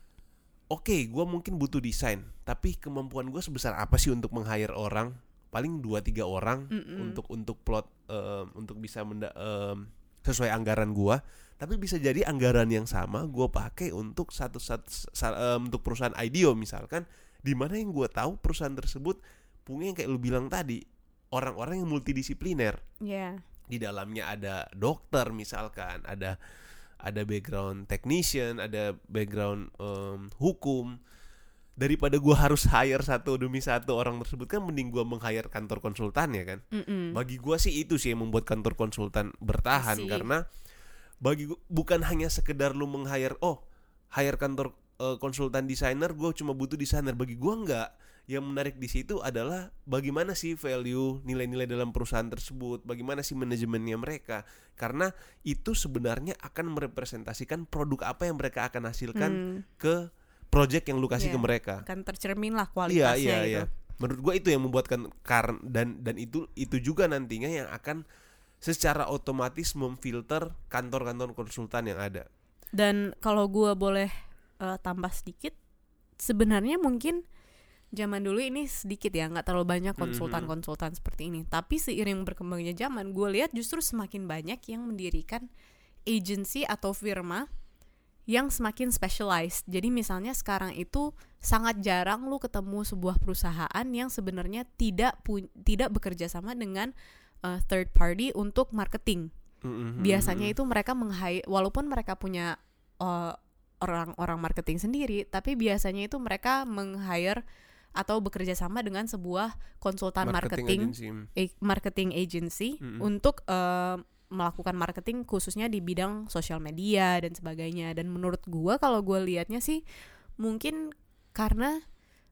Oke, gue mungkin butuh desain, tapi kemampuan gue sebesar apa sih untuk meng-hire orang? Paling dua tiga orang Mm-mm. untuk untuk plot um, untuk bisa menda- um, sesuai anggaran gue. Tapi bisa jadi anggaran yang sama gue pakai untuk satu satu um, untuk perusahaan IDEO misalkan, di mana yang gue tahu perusahaan tersebut punya yang kayak lu bilang tadi, orang-orang yang multidisipliner. Iya. Di dalamnya ada dokter misalkan, ada ada background technician, ada background um, hukum. Daripada gue harus hire satu demi satu orang tersebut, kan mending gue meng-hire kantor konsultan ya kan. Mm-mm. Bagi gue sih itu sih yang membuat kantor konsultan bertahan. Sih. Karena bagi gua, bukan hanya sekedar lu meng-hire, oh hire kantor uh, konsultan desainer, gue cuma butuh desainer. Bagi gue enggak. Yang menarik di situ adalah bagaimana sih value, nilai-nilai dalam perusahaan tersebut, bagaimana sih manajemennya mereka. Karena itu sebenarnya akan merepresentasikan produk apa yang mereka akan hasilkan Hmm. ke project yang lu kasih Iya. ke mereka. Akan tercermin lah Iya, kualitasnya iya, gitu. iya. Menurut gua itu yang membuatkan kar dan dan itu itu juga nantinya yang akan secara otomatis memfilter kantor-kantor konsultan yang ada. Dan kalau gue boleh uh, tambah sedikit, sebenarnya mungkin zaman dulu ini sedikit ya, nggak terlalu banyak konsultan-konsultan seperti ini. Tapi seiring berkembangnya zaman, gue lihat justru semakin banyak yang mendirikan agency atau firma yang semakin specialized. Jadi misalnya sekarang itu sangat jarang lu ketemu sebuah perusahaan yang sebenarnya tidak pu- tidak bekerja sama dengan uh, third party untuk marketing. Mm-hmm. Biasanya itu mereka meng-hire, walaupun mereka punya uh, orang-orang marketing sendiri, tapi biasanya itu mereka meng-hire atau bekerja sama dengan sebuah konsultan marketing agency. a- marketing agency Mm-mm. untuk uh, melakukan marketing khususnya di bidang sosial media dan sebagainya. Dan menurut gua, kalau gua liatnya sih mungkin karena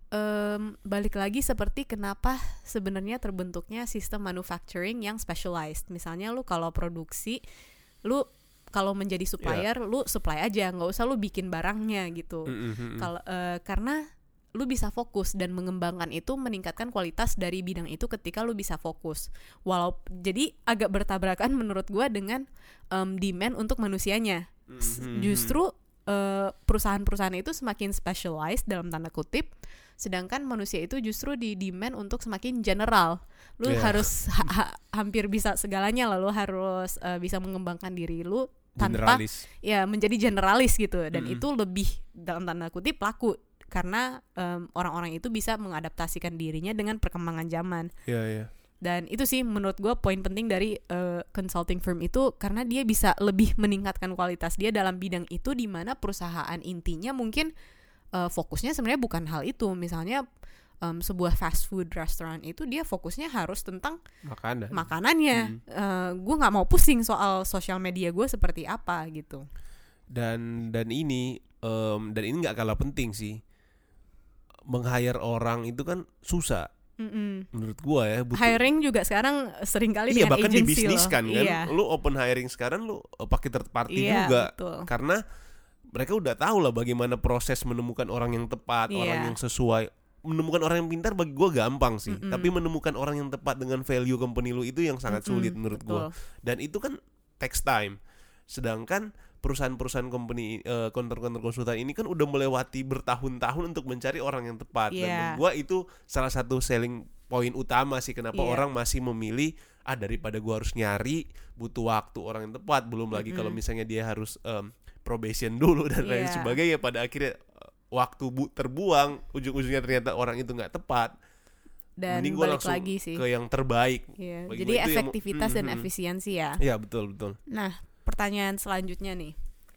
um, balik lagi seperti kenapa sebenarnya terbentuknya sistem manufacturing yang specialized. Misalnya lu kalau produksi, lu kalau menjadi supplier, yeah. lu supply aja, nggak usah lu bikin barangnya gitu. Mm-hmm. Kalau uh, karena lu bisa fokus dan mengembangkan itu, meningkatkan kualitas dari bidang itu ketika lu bisa fokus. Walau jadi agak bertabrakan menurut gua dengan um, demand untuk manusianya. Mm-hmm. Justru uh, perusahaan-perusahaan itu semakin specialized dalam tanda kutip, sedangkan manusia itu justru di demand untuk semakin general. Lu yeah. harus ha- ha- hampir bisa segalanya lah, lu harus uh, bisa mengembangkan diri lu tanpa Generalis. ya menjadi generalis gitu. Dan Mm-hmm. itu lebih dalam tanda kutip laku karena um, orang-orang itu bisa mengadaptasikan dirinya dengan perkembangan zaman. Iya, yeah, iya. Yeah. Dan itu sih menurut gue poin penting dari uh, consulting firm itu, karena dia bisa lebih meningkatkan kualitas dia dalam bidang itu, di mana perusahaan intinya mungkin uh, fokusnya sebenarnya bukan hal itu. Misalnya um, sebuah fast food restaurant itu dia fokusnya harus tentang Makanan. makanannya. Hmm. Uh, gue nggak mau pusing soal sosial media gue seperti apa gitu. Dan dan ini um, dan ini nggak kalah penting sih. Meng-hire orang itu kan susah. Mm-mm. Menurut gua ya. Butuh, hiring juga sekarang sering kali iya, dengan bahkan agency dibisniskan loh. kan. Iya. Lu open hiring sekarang lu pakai third party Iya, juga. betul. Karena mereka udah tahu lah bagaimana proses menemukan orang yang tepat, Iya. orang yang sesuai. Menemukan orang yang pintar bagi gua gampang sih. Mm-mm. Tapi menemukan orang yang tepat dengan value company lu itu yang sangat Mm-mm, sulit menurut betul. gua. Dan itu kan takes time. Sedangkan perusahaan-perusahaan company uh, counter-counter konsultan ini kan udah melewati bertahun-tahun untuk mencari orang yang tepat. Dan Yeah. menurut gua itu salah satu selling poin utama sih kenapa Yeah. orang masih memilih ah daripada gua harus nyari butuh waktu orang yang tepat, belum lagi Mm-mm. kalau misalnya dia harus um, probation dulu dan lain Yeah. sebagainya, pada akhirnya uh, waktu bu- terbuang, ujung-ujungnya ternyata orang itu nggak tepat. Dan Mending gua balik langsung lagi sih. ke yang terbaik. Iya, Bagi jadi gua itu yang- efektivitas dan mm-mm. efisiensi ya. Iya, betul betul. Nah, pertanyaan selanjutnya nih.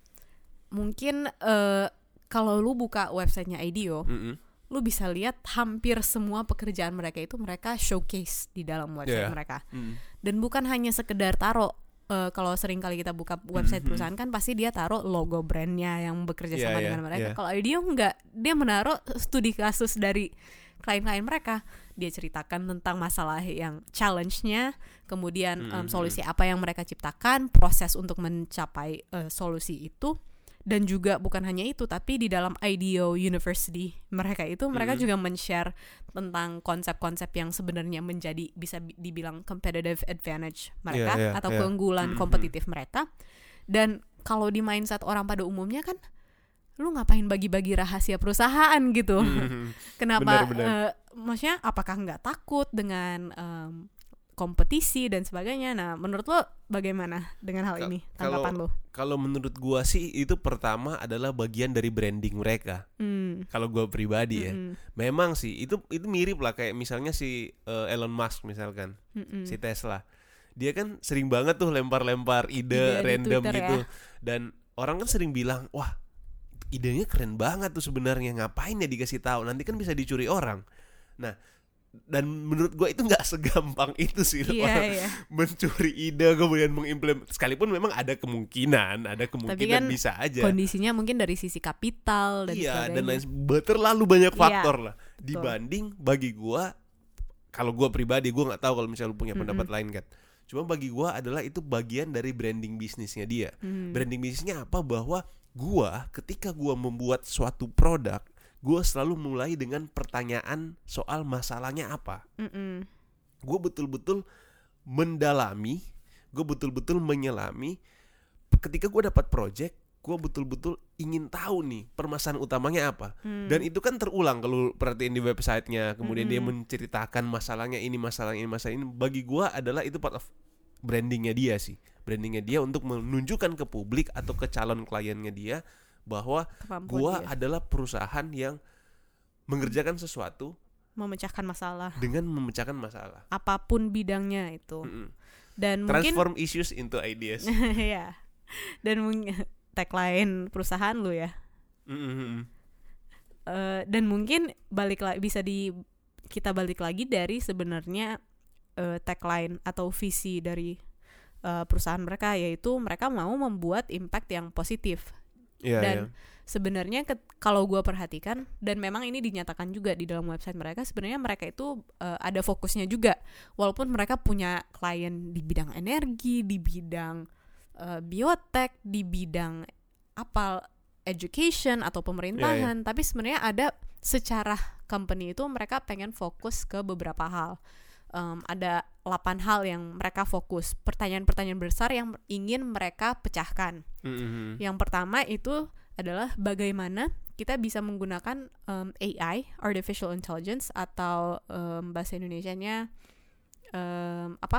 Mungkin uh, kalau lu buka websitenya IDEO, Mm-mm. lu bisa lihat hampir semua pekerjaan mereka itu mereka showcase di dalam website Yeah. mereka. Mm. Dan bukan hanya sekedar taruh uh, kalau sering kali kita buka website Mhm. perusahaan kan pasti dia taruh logo brandnya yang bekerja Yeah, sama yeah, dengan mereka. yeah. Kalau IDEO enggak, dia menaruh studi kasus dari klien-klien mereka. Dia ceritakan tentang masalah yang challenge-nya, kemudian um, Mhm. solusi apa yang mereka ciptakan, proses untuk mencapai uh, solusi itu. Dan juga bukan hanya itu, tapi di dalam IDEO University mereka itu mereka Mhm. juga men-share tentang konsep-konsep yang sebenarnya menjadi bisa bi- dibilang competitive advantage mereka Yeah, yeah, atau yeah. keunggulan Mhm. kompetitif mereka. Dan kalau di mindset orang pada umumnya kan, lu ngapain bagi-bagi rahasia perusahaan gitu? Mhm. Kenapa? Benar, benar. eh, maksudnya apakah nggak takut dengan em, kompetisi dan sebagainya? Nah, menurut lo bagaimana dengan hal Ka- ini? kalau- Tanggapan lo? Kalau menurut gua sih itu pertama adalah bagian dari branding mereka. Hmm. Kalau gua pribadi ya, Mm-mm. memang sih itu itu mirip lah kayak misalnya si uh, Elon Musk misalkan, Mm-mm. si Tesla. Dia kan sering banget tuh lempar-lempar ide, Ide di random Twitter gitu. ya. Dan orang kan sering bilang, "Wah, idenya keren banget tuh sebenarnya, ngapain ya dikasih tahu? Nanti kan bisa dicuri orang." Nah, dan menurut gua itu nggak segampang itu sih Iya, orang iya. mencuri ide kemudian mengimplement. Sekalipun memang ada kemungkinan, ada kemungkinan kan bisa aja. Kondisinya mungkin dari sisi kapital dan Iya, sebagainya. dan lain sebe- terlalu banyak Iya, faktor lah. Dibanding bagi gua, kalau gua pribadi gua nggak tahu kalau misalnya lu punya pendapat lain kan. Cuma bagi gua adalah itu bagian dari branding bisnisnya dia. Hmm. Branding bisnisnya apa? Bahwa gua ketika gua membuat suatu produk, gua selalu mulai dengan pertanyaan soal masalahnya apa. Mm-mm. Gue betul-betul mendalami, gue betul-betul menyelami. Ketika gue dapat project, gue betul-betul ingin tahu nih permasalahan utamanya apa. Hmm. Dan itu kan terulang kalau perhatiin di websitenya. Kemudian dia Mm-mm. menceritakan masalahnya ini, masalah ini, masalah ini. Bagi gue adalah itu part of brandingnya dia sih. Brandingnya dia untuk menunjukkan ke publik atau ke calon kliennya dia bahwa Kemampuan gue dia adalah perusahaan yang mengerjakan sesuatu memecahkan masalah dengan memecahkan masalah. apapun bidangnya itu. Mm-mm. Dan mungkin Transform issues into ideas. ya. Dan mungkin tagline perusahaan lu ya. Mm-mm. Eh, dan mungkin balik lagi bisa di kita balik lagi dari sebenarnya eh, tagline atau visi dari eh, perusahaan mereka, yaitu mereka mau membuat impact yang positif. Iya, Dan iya. sebenarnya ke- kalau gue perhatikan, dan memang ini dinyatakan juga di dalam website mereka, sebenarnya mereka itu uh, ada fokusnya juga, walaupun mereka punya klien di bidang energi, di bidang uh, biotek, di bidang apa education atau pemerintahan, tapi sebenarnya ada secara company itu mereka pengen fokus ke beberapa hal. Um, ada delapan hal yang mereka fokus, pertanyaan-pertanyaan besar yang ingin mereka pecahkan. Mm-mm. Yang pertama itu adalah bagaimana kita bisa menggunakan um, A I, artificial intelligence, atau um, bahasa Indonesianya um, apa?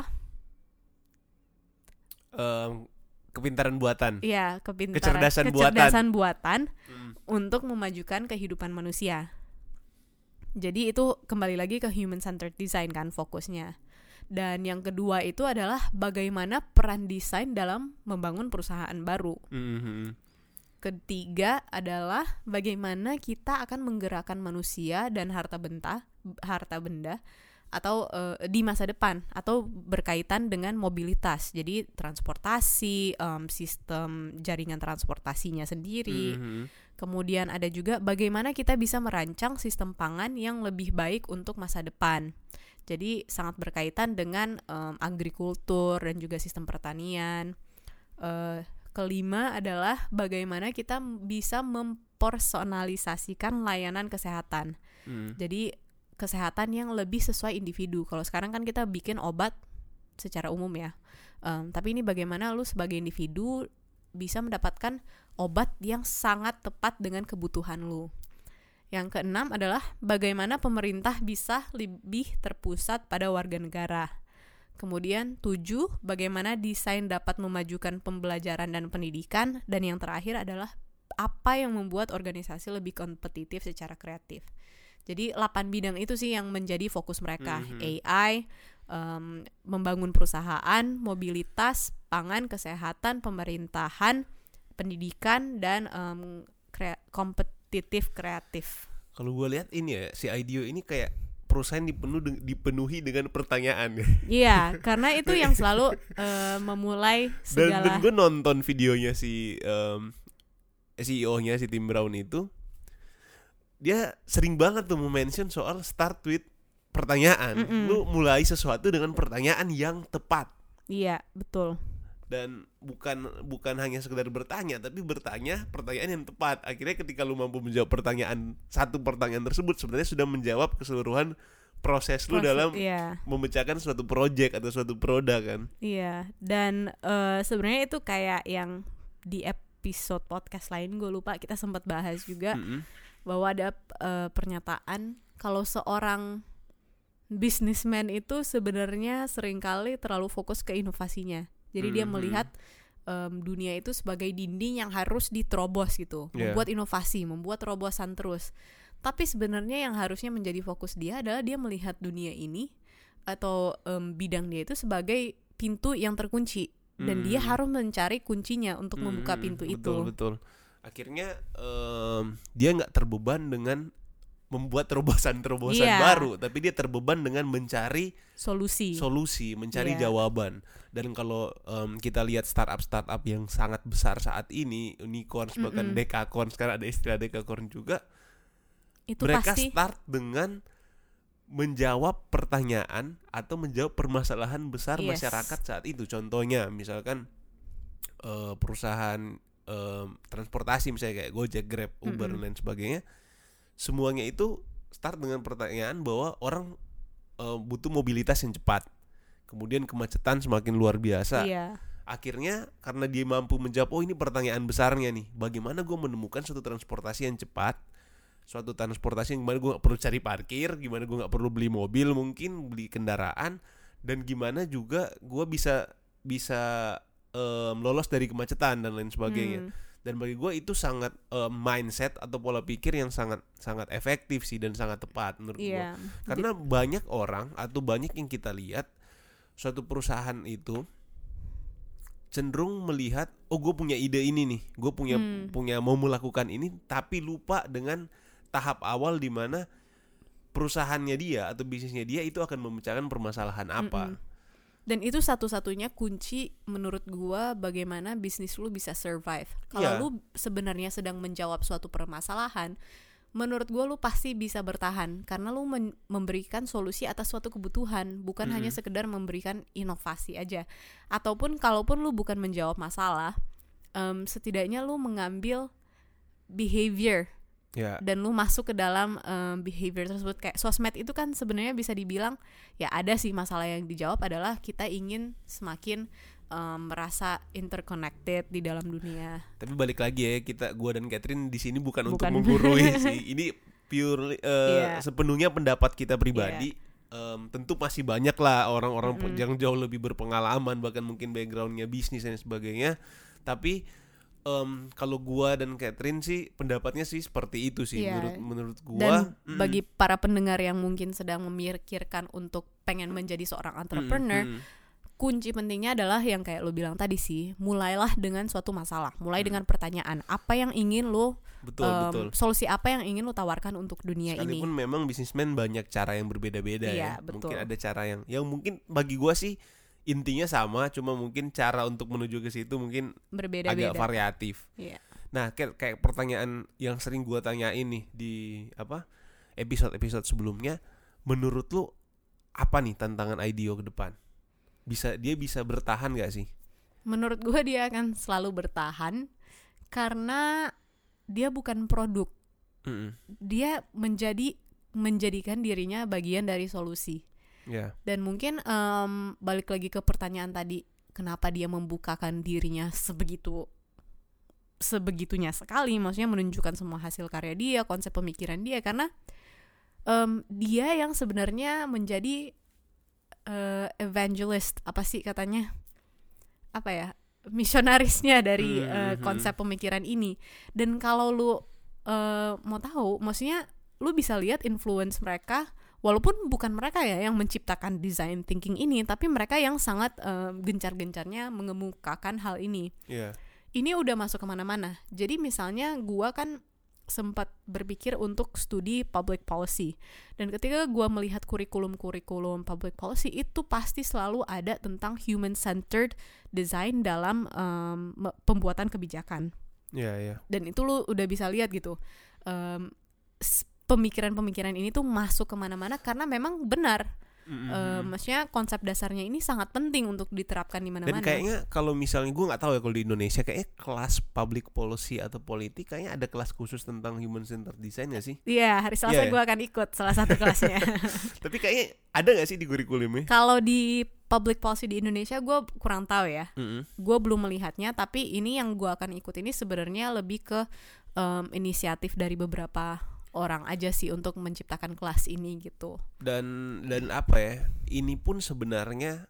Um, kepintaran buatan. Iya, kepintaran, Kecerdasan buatan. kecerdasan buatan Mm. untuk memajukan kehidupan manusia. Jadi itu kembali lagi ke human centered design kan fokusnya. Dan yang kedua itu adalah bagaimana peran desain dalam membangun perusahaan baru. Mm-hmm. Ketiga adalah bagaimana kita akan menggerakkan manusia dan harta benda harta benda atau uh, di masa depan atau berkaitan dengan mobilitas. Jadi transportasi, um, sistem jaringan transportasinya sendiri. Mm-hmm. Kemudian ada juga bagaimana kita bisa merancang sistem pangan yang lebih baik untuk masa depan. Jadi sangat berkaitan dengan um, agrikultur dan juga sistem pertanian. Uh, kelima adalah bagaimana kita bisa mempersonalisasikan layanan kesehatan. Mm. Jadi kesehatan yang lebih sesuai individu. Kalau sekarang kan kita bikin obat secara umum ya. Um, tapi ini bagaimana lu sebagai individu bisa mendapatkan obat yang sangat tepat dengan kebutuhan lu. Yang keenam adalah bagaimana pemerintah bisa lebih terpusat pada warga negara. Kemudian tujuh, bagaimana desain dapat memajukan pembelajaran dan pendidikan. Dan yang terakhir adalah apa yang membuat organisasi lebih kompetitif secara kreatif. Jadi delapan bidang itu sih yang menjadi fokus mereka. Mm-hmm. A I, um, membangun perusahaan, mobilitas, pangan, kesehatan, pemerintahan, pendidikan, dan um, kre- kompetitif kreatif. Kalau gue lihat ini ya, si IDEO ini kayak perusahaan dipenuh, dipenuhi dengan pertanyaan. Iya, karena itu yang selalu uh, memulai segala. Dan, dan gue nonton videonya si um, C E O-nya si Tim Brown itu. Dia sering banget tuh mention soal start with pertanyaan. Mm-mm. Lu mulai sesuatu dengan pertanyaan yang tepat. Iya, betul. Dan bukan bukan hanya sekedar bertanya, tapi bertanya pertanyaan yang tepat. Akhirnya ketika lu mampu menjawab pertanyaan satu pertanyaan tersebut, sebenarnya sudah menjawab keseluruhan proses lu Proses, dalam iya. memecahkan suatu project atau suatu produk kan. Iya, dan uh, sebenarnya itu kayak yang di episode podcast lain gue lupa kita sempat bahas juga. Mm-hmm. Bahwa ada uh, pernyataan kalau seorang businessman itu sebenarnya seringkali terlalu fokus ke inovasinya. Jadi mm-hmm. dia melihat um, dunia itu sebagai dinding yang harus diterobos gitu, yeah. membuat inovasi, membuat terobosan terus. Tapi sebenarnya yang harusnya menjadi fokus dia adalah dia melihat dunia ini atau um, bidang dia itu sebagai pintu yang terkunci dan mm-hmm. dia harus mencari kuncinya untuk mm-hmm. membuka pintu betul, itu. Betul betul. Akhirnya um, dia nggak terbeban dengan membuat terobosan-terobosan yeah. baru, tapi dia terbeban dengan mencari solusi, solusi, mencari yeah. jawaban. Dan kalau um, kita lihat startup-startup yang sangat besar saat ini, unicorns mm-mm. bahkan dekakorn, sekarang ada istilah dekakorn juga, itu mereka pasti start dengan menjawab pertanyaan atau menjawab permasalahan besar yes. masyarakat saat itu. Contohnya, misalkan uh, perusahaan Um, transportasi misalnya kayak Gojek, Grab, Uber mm-hmm. dan lain sebagainya, semuanya itu start dengan pertanyaan bahwa orang uh, butuh mobilitas yang cepat, kemudian kemacetan semakin luar biasa. Yeah. Akhirnya karena dia mampu menjawab, oh ini pertanyaan besarnya nih, bagaimana gue menemukan suatu transportasi yang cepat, suatu transportasi yang gimana gue gak perlu cari parkir, gimana gue gak perlu beli mobil, mungkin beli kendaraan, dan gimana juga gue bisa bisa Um, lolos dari kemacetan dan lain sebagainya. Hmm. Dan bagi gue itu sangat um, mindset atau pola pikir yang sangat sangat efektif sih dan sangat tepat menurut yeah. gue. Karena Di- banyak orang atau banyak yang kita lihat suatu perusahaan itu cenderung melihat, oh gue punya ide ini nih, gue punya hmm. punya mau melakukan ini, tapi lupa dengan tahap awal di mana perusahaannya dia atau bisnisnya dia itu akan memecahkan permasalahan apa. Mm-mm. Dan itu satu-satunya kunci menurut gua bagaimana bisnis lu bisa survive. Kalau yeah. lu sebenarnya sedang menjawab suatu permasalahan, menurut gua lu pasti bisa bertahan karena lu men- memberikan solusi atas suatu kebutuhan, bukan mm-hmm. hanya sekedar memberikan inovasi aja. Ataupun kalaupun lu bukan menjawab masalah, um, setidaknya lu mengambil behavior. Yeah. Dan lu masuk ke dalam um, behavior tersebut. Kayak sosmed itu kan sebenarnya bisa dibilang ya ada sih masalah yang dijawab adalah kita ingin semakin um, merasa interconnected di dalam dunia. Tapi balik lagi ya, kita gua dan Catherine di sini bukan, bukan untuk menggurui sih. Ini purely uh, yeah. sepenuhnya pendapat kita pribadi. Yeah. Um, tentu masih banyak lah orang-orang mm-hmm. yang jauh lebih berpengalaman, bahkan mungkin backgroundnya bisnis dan sebagainya. Tapi Um, kalau gua dan Catherine sih pendapatnya sih seperti itu sih yeah. menurut menurut gua. Dan mm. bagi para pendengar yang mungkin sedang memikirkan untuk pengen menjadi seorang entrepreneur, mm-hmm. kunci pentingnya adalah yang kayak lo bilang tadi sih, mulailah dengan suatu masalah, mulai hmm. dengan pertanyaan apa yang ingin lo, betul, um, betul. solusi apa yang ingin lo tawarkan untuk dunia Sekalipun ini. Sekalipun memang bisnismen banyak cara yang berbeda-beda iya, ya, betul. mungkin ada cara yang, yang mungkin bagi gue sih intinya sama, cuma mungkin cara untuk menuju ke situ mungkin berbeda-beda, agak variatif. Iya. Nah kayak, kayak pertanyaan yang sering gue tanyain nih di apa episode-episode sebelumnya, menurut lo apa nih tantangan IDEO ke depan? Bisa dia bisa bertahan gak sih? Menurut gue dia akan selalu bertahan karena dia bukan produk. Mm-mm. Dia menjadi menjadikan dirinya bagian dari solusi. Yeah. Dan mungkin um, balik lagi ke pertanyaan tadi, kenapa dia membukakan dirinya sebegitu sebegitunya sekali, maksudnya menunjukkan semua hasil karya dia, konsep pemikiran dia, karena um, dia yang sebenarnya menjadi Uh, evangelist, apa sih katanya, apa ya, misionarisnya dari mm-hmm. uh, konsep pemikiran ini. Dan kalau lu uh, mau tahu, maksudnya lu bisa lihat influence mereka, walaupun bukan mereka ya yang menciptakan design thinking ini, tapi mereka yang sangat uh, gencar-gencarnya mengemukakan hal ini. Yeah. Ini udah masuk kemana-mana. Jadi misalnya gua kan sempat berpikir untuk studi public policy, dan ketika gue melihat kurikulum-kurikulum public policy itu pasti selalu ada tentang human-centered design dalam um, pembuatan kebijakan. Yeah, yeah. Dan itu lu udah bisa lihat gitu, um, pemikiran-pemikiran ini tuh masuk kemana-mana karena memang benar. Mm-hmm. Uh, maksudnya konsep dasarnya ini sangat penting untuk diterapkan di mana-mana. Dan kayaknya kalau misalnya gue nggak tahu ya kalau di Indonesia kayaknya kelas public policy atau politik kayaknya ada kelas khusus tentang human centered design nggak sih? Iya, yeah, hari Selasa yeah, gue yeah. akan ikut salah satu kelasnya. Tapi kayaknya ada nggak sih di kurikulumnya? Kalau di public policy di Indonesia gue kurang tahu ya. Mm-hmm. Gue belum melihatnya, tapi ini yang gue akan ikut ini sebenarnya lebih ke um, inisiatif dari beberapa orang aja sih untuk menciptakan kelas ini gitu. Dan dan apa ya? Ini pun sebenarnya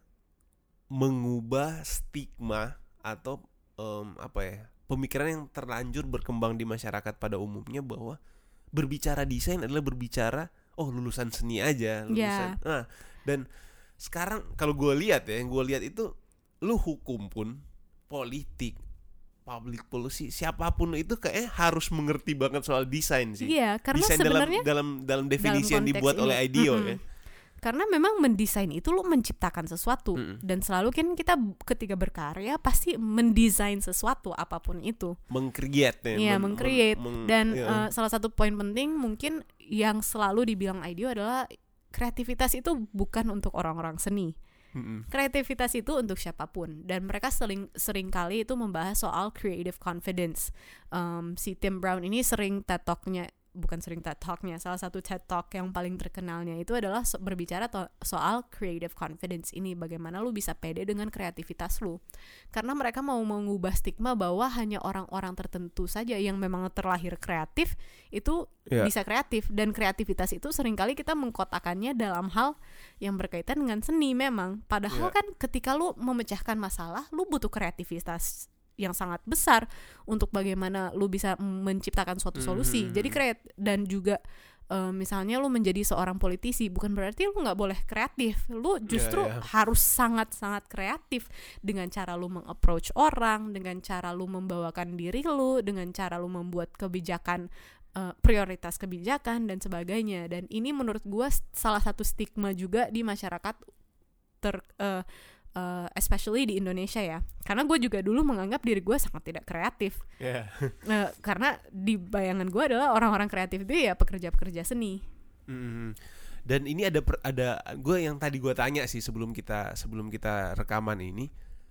mengubah stigma atau um, apa ya? Pemikiran yang terlanjur berkembang di masyarakat pada umumnya bahwa berbicara desain adalah berbicara oh lulusan seni aja, lulusan. Yeah. Nah, dan sekarang kalau gue lihat ya, yang gue lihat itu lu hukum pun, politik, public policy, siapapun itu kayaknya harus mengerti banget soal desain sih. Iya, karena desain sebenarnya dalam, dalam dalam definisi dalam yang dibuat ini. oleh IDEO mm-hmm. ya. Karena memang mendesain itu lo menciptakan sesuatu mm-hmm. dan selalu kan kita ketika berkarya pasti mendesain sesuatu apapun itu. Meng-create ya. Iya, men- meng-create meng- dan iya. uh, salah satu poin penting mungkin yang selalu dibilang IDEO adalah kreativitas itu bukan untuk orang-orang seni. Mm-hmm. Kreativitas itu untuk siapapun, dan mereka sering sering kali itu membahas soal creative confidence. Um, si Tim Brown ini sering TED Talk-nya, bukan sering TED Talk-nya, salah satu TED Talk yang paling terkenalnya itu adalah so- berbicara to- soal creative confidence ini, bagaimana lu bisa pede dengan kreativitas lu. Karena mereka mau mengubah stigma bahwa hanya orang-orang tertentu saja yang memang terlahir kreatif itu yeah. bisa kreatif, dan kreativitas itu seringkali kita mengkotakannya dalam hal yang berkaitan dengan seni memang. Padahal yeah. kan ketika lu memecahkan masalah, lu butuh kreativitas yang sangat besar untuk bagaimana lu bisa menciptakan suatu solusi. Mm-hmm. Jadi kreat dan juga uh, misalnya lu menjadi seorang politisi, bukan berarti lu nggak boleh kreatif. Lu justru yeah, yeah. harus sangat-sangat kreatif dengan cara lu meng-approach orang, dengan cara lu membawakan diri lu, dengan cara lu membuat kebijakan, uh, prioritas kebijakan dan sebagainya. Dan ini menurut gua salah satu stigma juga di masyarakat ter uh, Uh, especially di Indonesia ya, karena gue juga dulu menganggap diri gue sangat tidak kreatif. Yeah. uh, karena di bayangan gue adalah orang-orang kreatif itu ya pekerja-pekerja seni. Mm-hmm. Dan ini ada per, ada gue yang tadi gue tanya sih sebelum kita sebelum kita rekaman ini,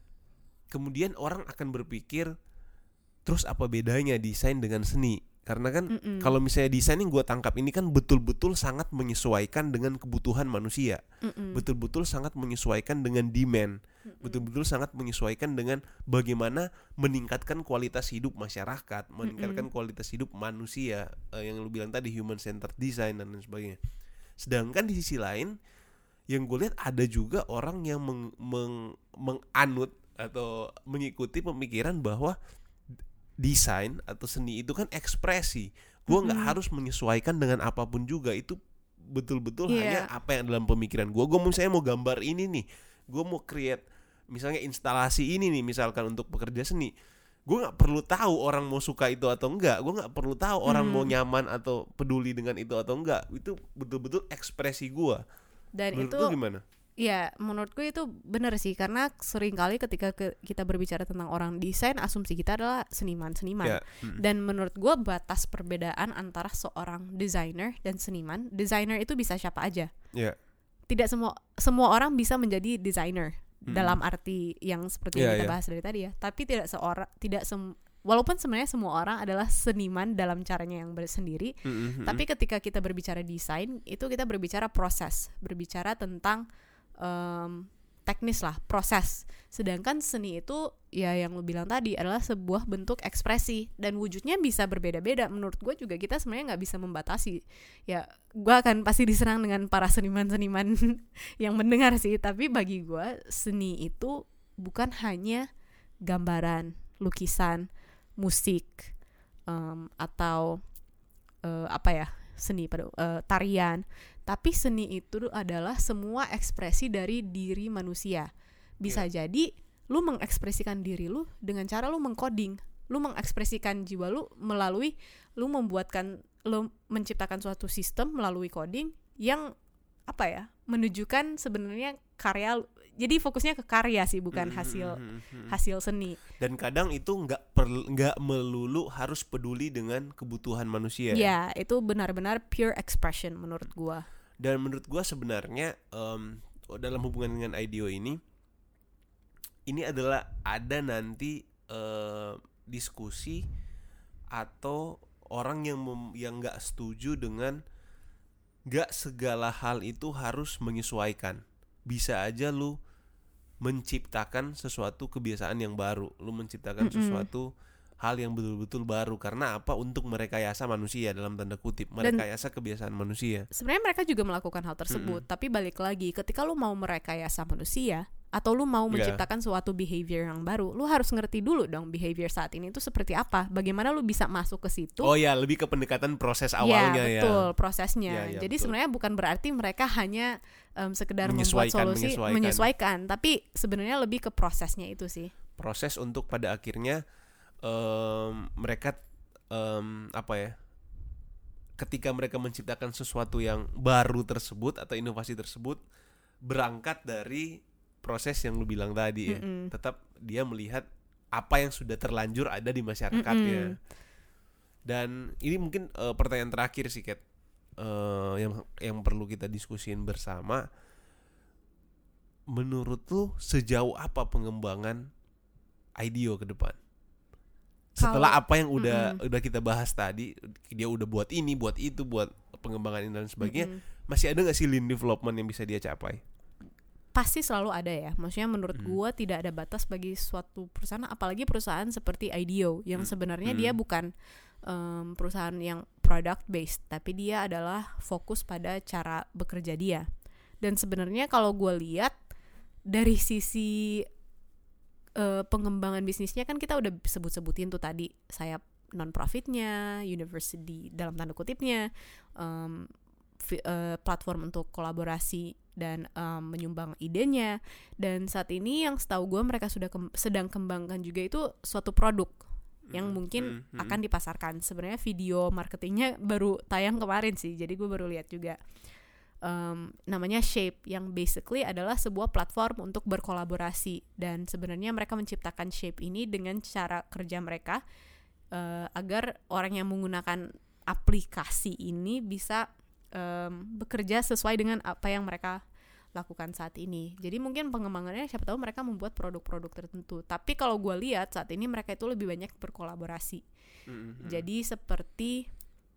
kemudian orang akan berpikir terus apa bedanya desain dengan seni? Karena kan kalau misalnya desain yang gue tangkap ini kan betul-betul sangat menyesuaikan dengan kebutuhan manusia. Mm-mm. Betul-betul sangat menyesuaikan dengan demand. Mm-mm. Betul-betul sangat menyesuaikan dengan bagaimana meningkatkan kualitas hidup masyarakat, meningkatkan Mm-mm. kualitas hidup manusia, eh, yang lu bilang tadi human centered design dan lain sebagainya. Sedangkan di sisi lain yang gue lihat ada juga orang yang meng, meng, menganut atau mengikuti pemikiran bahwa desain atau seni itu kan ekspresi. Gue nggak mm-hmm. harus menyesuaikan dengan apapun juga. Itu betul-betul yeah. hanya apa yang dalam pemikiran gue. Gue misalnya mau gambar ini nih, gue mau create misalnya instalasi ini nih, misalkan untuk pekerja seni, gue nggak perlu tahu orang mau suka itu atau enggak, gue nggak perlu tahu orang Hmm. mau nyaman atau peduli dengan itu atau enggak, itu betul-betul ekspresi gue. Dan Menurut itu lu gimana? ya menurut gue itu benar sih, karena seringkali ketika ke- kita berbicara tentang orang desain, asumsi kita adalah seniman-seniman. Ya, mm. Dan menurut gue batas perbedaan antara seorang desainer dan seniman, desainer itu bisa siapa aja. Ya. Tidak semua semua orang bisa menjadi desainer Mm. dalam arti yang seperti Yeah, yang kita yeah. bahas dari tadi ya. Tapi tidak seorang tidak sem walaupun sebenarnya semua orang adalah seniman dalam caranya yang bersendiri. Mm-mm. Tapi ketika kita berbicara desain, itu kita berbicara proses, berbicara tentang um, teknis lah, proses. Sedangkan seni itu ya yang lu bilang tadi adalah sebuah bentuk ekspresi dan wujudnya bisa berbeda-beda. Menurut gue juga kita sebenarnya nggak bisa membatasi. Ya gue akan pasti diserang dengan para seniman-seniman yang mendengar sih. Tapi bagi gue seni itu bukan hanya gambaran, lukisan, musik, um, atau uh, apa ya seni pada uh, tarian. Tapi seni itu adalah semua ekspresi dari diri manusia. Bisa yeah. jadi lu mengekspresikan diri lu dengan cara lu mengcoding, lu mengekspresikan jiwa lu melalui lu membuatkan lu menciptakan suatu sistem melalui coding yang apa ya menunjukkan sebenarnya karya. Jadi fokusnya ke karya sih, bukan hasil mm-hmm. hasil seni. Dan kadang itu nggak perlu nggak melulu harus peduli dengan kebutuhan manusia. Ya, itu benar-benar pure expression menurut gua. Dan menurut gua sebenarnya um, dalam hubungan dengan IDEO ini, ini adalah ada nanti uh, diskusi atau orang yang mem- yang nggak setuju dengan nggak segala hal itu harus menyesuaikan. Bisa aja lu menciptakan sesuatu kebiasaan yang baru, lu menciptakan Mm-mm. sesuatu hal yang betul-betul baru. Karena apa? Untuk merekayasa manusia, dalam tanda kutip, merekayasa Dan kebiasaan manusia. Sebenarnya mereka juga melakukan hal tersebut, mm-hmm. tapi balik lagi, ketika lu mau merekayasa manusia atau lu mau menciptakan yeah. suatu behavior yang baru, lu harus ngerti dulu dong behavior saat ini itu seperti apa. Bagaimana lu bisa masuk ke situ? Oh ya, lebih ke pendekatan proses awalnya ya. Betul, prosesnya. Ya, ya, Jadi betul. sebenarnya bukan berarti mereka hanya um, sekedar membuat menyesuaikan, solusi menyesuaikan. menyesuaikan, tapi sebenarnya lebih ke prosesnya itu sih. Proses untuk pada akhirnya um, mereka um, apa ya? Ketika mereka menciptakan sesuatu yang baru tersebut atau inovasi tersebut berangkat dari proses yang lu bilang tadi ya. Mm-mm. Tetap dia melihat apa yang sudah terlanjur ada di masyarakatnya. Mm-mm. Dan ini mungkin uh, pertanyaan terakhir sih, Kat, uh, yang yang perlu kita diskusin bersama. Menurut lu sejauh apa pengembangan IDEO ke depan? Setelah Kalo, apa yang udah mm-mm. udah kita bahas tadi, dia udah buat ini, buat itu, buat pengembangan ini dan sebagainya, mm-mm. masih ada nggak sih lean development yang bisa dia capai? Pasti selalu ada ya. Maksudnya menurut hmm. gue tidak ada batas bagi suatu perusahaan, apalagi perusahaan seperti IDEO yang sebenarnya hmm. dia bukan um, perusahaan yang product based, tapi dia adalah fokus pada cara bekerja dia. Dan sebenarnya kalau gue lihat dari sisi uh, pengembangan bisnisnya, kan kita udah sebut-sebutin tuh tadi sayap non-profitnya, university dalam tanda kutipnya, um, fi, uh, platform untuk kolaborasi dan um, menyumbang idenya. Dan saat ini yang setahu gue mereka sudah ke- sedang kembangkan juga itu suatu produk yang mungkin mm-hmm. akan dipasarkan. Sebenarnya video marketingnya baru tayang kemarin sih, jadi gue baru lihat juga. Um, namanya Shape, yang basically adalah sebuah platform untuk berkolaborasi. Dan sebenarnya mereka menciptakan Shape ini dengan cara kerja mereka uh, agar orang yang menggunakan aplikasi ini bisa Um, bekerja sesuai dengan apa yang mereka lakukan saat ini. Jadi mungkin pengembangannya siapa tahu mereka membuat produk-produk tertentu. Tapi kalau gue lihat saat ini mereka itu lebih banyak berkolaborasi. Mm-hmm. Jadi seperti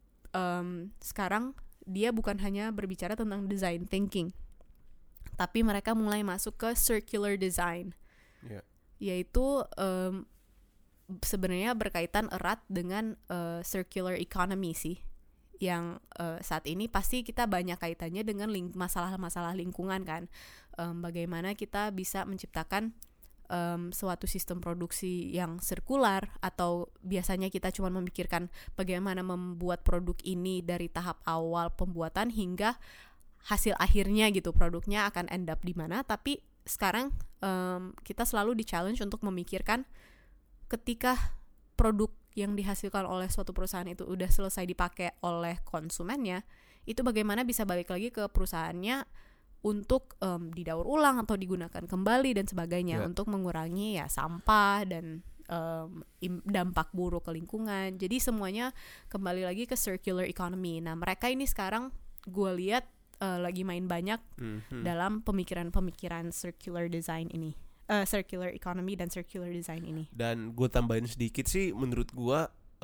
um, sekarang dia bukan hanya berbicara tentang design thinking, tapi mereka mulai masuk ke circular design, yeah. yaitu um, sebenarnya berkaitan erat dengan uh, circular economy sih. Yang uh, saat ini pasti kita banyak kaitannya dengan ling- masalah-masalah lingkungan kan, um, bagaimana kita bisa menciptakan um, suatu sistem produksi yang sirkular, atau biasanya kita cuma memikirkan bagaimana membuat produk ini dari tahap awal pembuatan hingga hasil akhirnya gitu, produknya akan end up di mana. Tapi sekarang um, kita selalu di-challenge untuk memikirkan ketika produk yang dihasilkan oleh suatu perusahaan itu udah selesai dipakai oleh konsumennya, itu bagaimana bisa balik lagi ke perusahaannya untuk um, didaur ulang atau digunakan kembali dan sebagainya, yeah. untuk mengurangi ya sampah dan um, im- dampak buruk ke lingkungan. Jadi semuanya kembali lagi ke circular economy. Nah mereka ini sekarang gue lihat uh, lagi main banyak mm-hmm. dalam pemikiran-pemikiran circular design ini, uh, circular economy dan circular design ini. Dan gue tambahin sedikit sih, menurut gue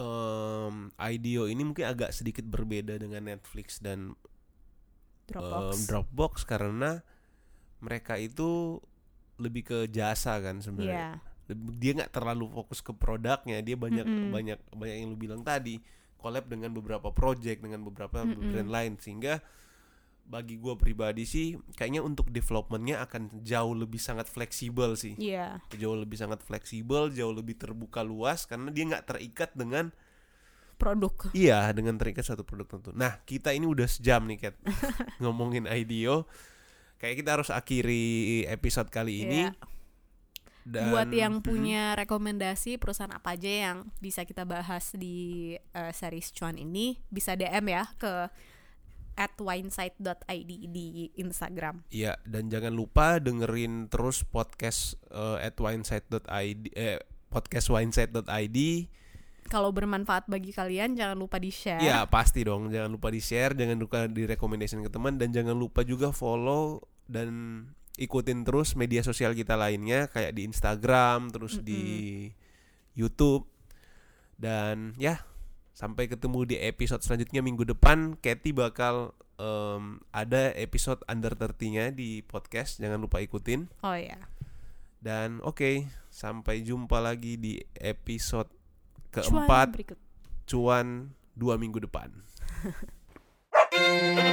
um, IDEO ini mungkin agak sedikit berbeda dengan Netflix dan Dropbox. Um, Dropbox karena mereka itu lebih ke jasa kan sebenarnya. Yeah. Dia nggak terlalu fokus ke produknya, dia banyak mm-hmm. banyak banyak yang lu bilang tadi, collab dengan beberapa project, dengan beberapa mm-hmm. brand lain, sehingga bagi gue pribadi sih kayaknya untuk developmentnya akan jauh lebih sangat fleksibel sih. Yeah. Jauh lebih sangat fleksibel, jauh lebih terbuka luas karena dia nggak terikat dengan produk. Iya, dengan terikat satu produk tentu. Nah, kita ini udah sejam nih, Kat, ngomongin IDEO. Kayak kita harus akhiri episode kali ini. Yeah. Dan, buat yang punya hmm. rekomendasi perusahaan apa aja yang bisa kita bahas di uh, series cuan ini, bisa D M ya ke at winesight dot i d di Instagram. Iya, dan jangan lupa dengerin terus podcast uh, at winesight dot i d eh, podcast winesight dot i d. Kalau bermanfaat bagi kalian jangan lupa di-share. Iya, pasti dong. Jangan lupa di-share, jangan lupa di-recommendation ke teman, dan jangan lupa juga follow dan ikutin terus media sosial kita lainnya kayak di Instagram, terus mm-hmm. di YouTube. Dan ya, sampai ketemu di episode selanjutnya minggu depan. Katy bakal um, ada episode under tiga puluh-nya di podcast, jangan lupa ikutin. Oh ya. Dan oke, okay, sampai jumpa lagi di episode keempat Cuan, cuan dua minggu depan.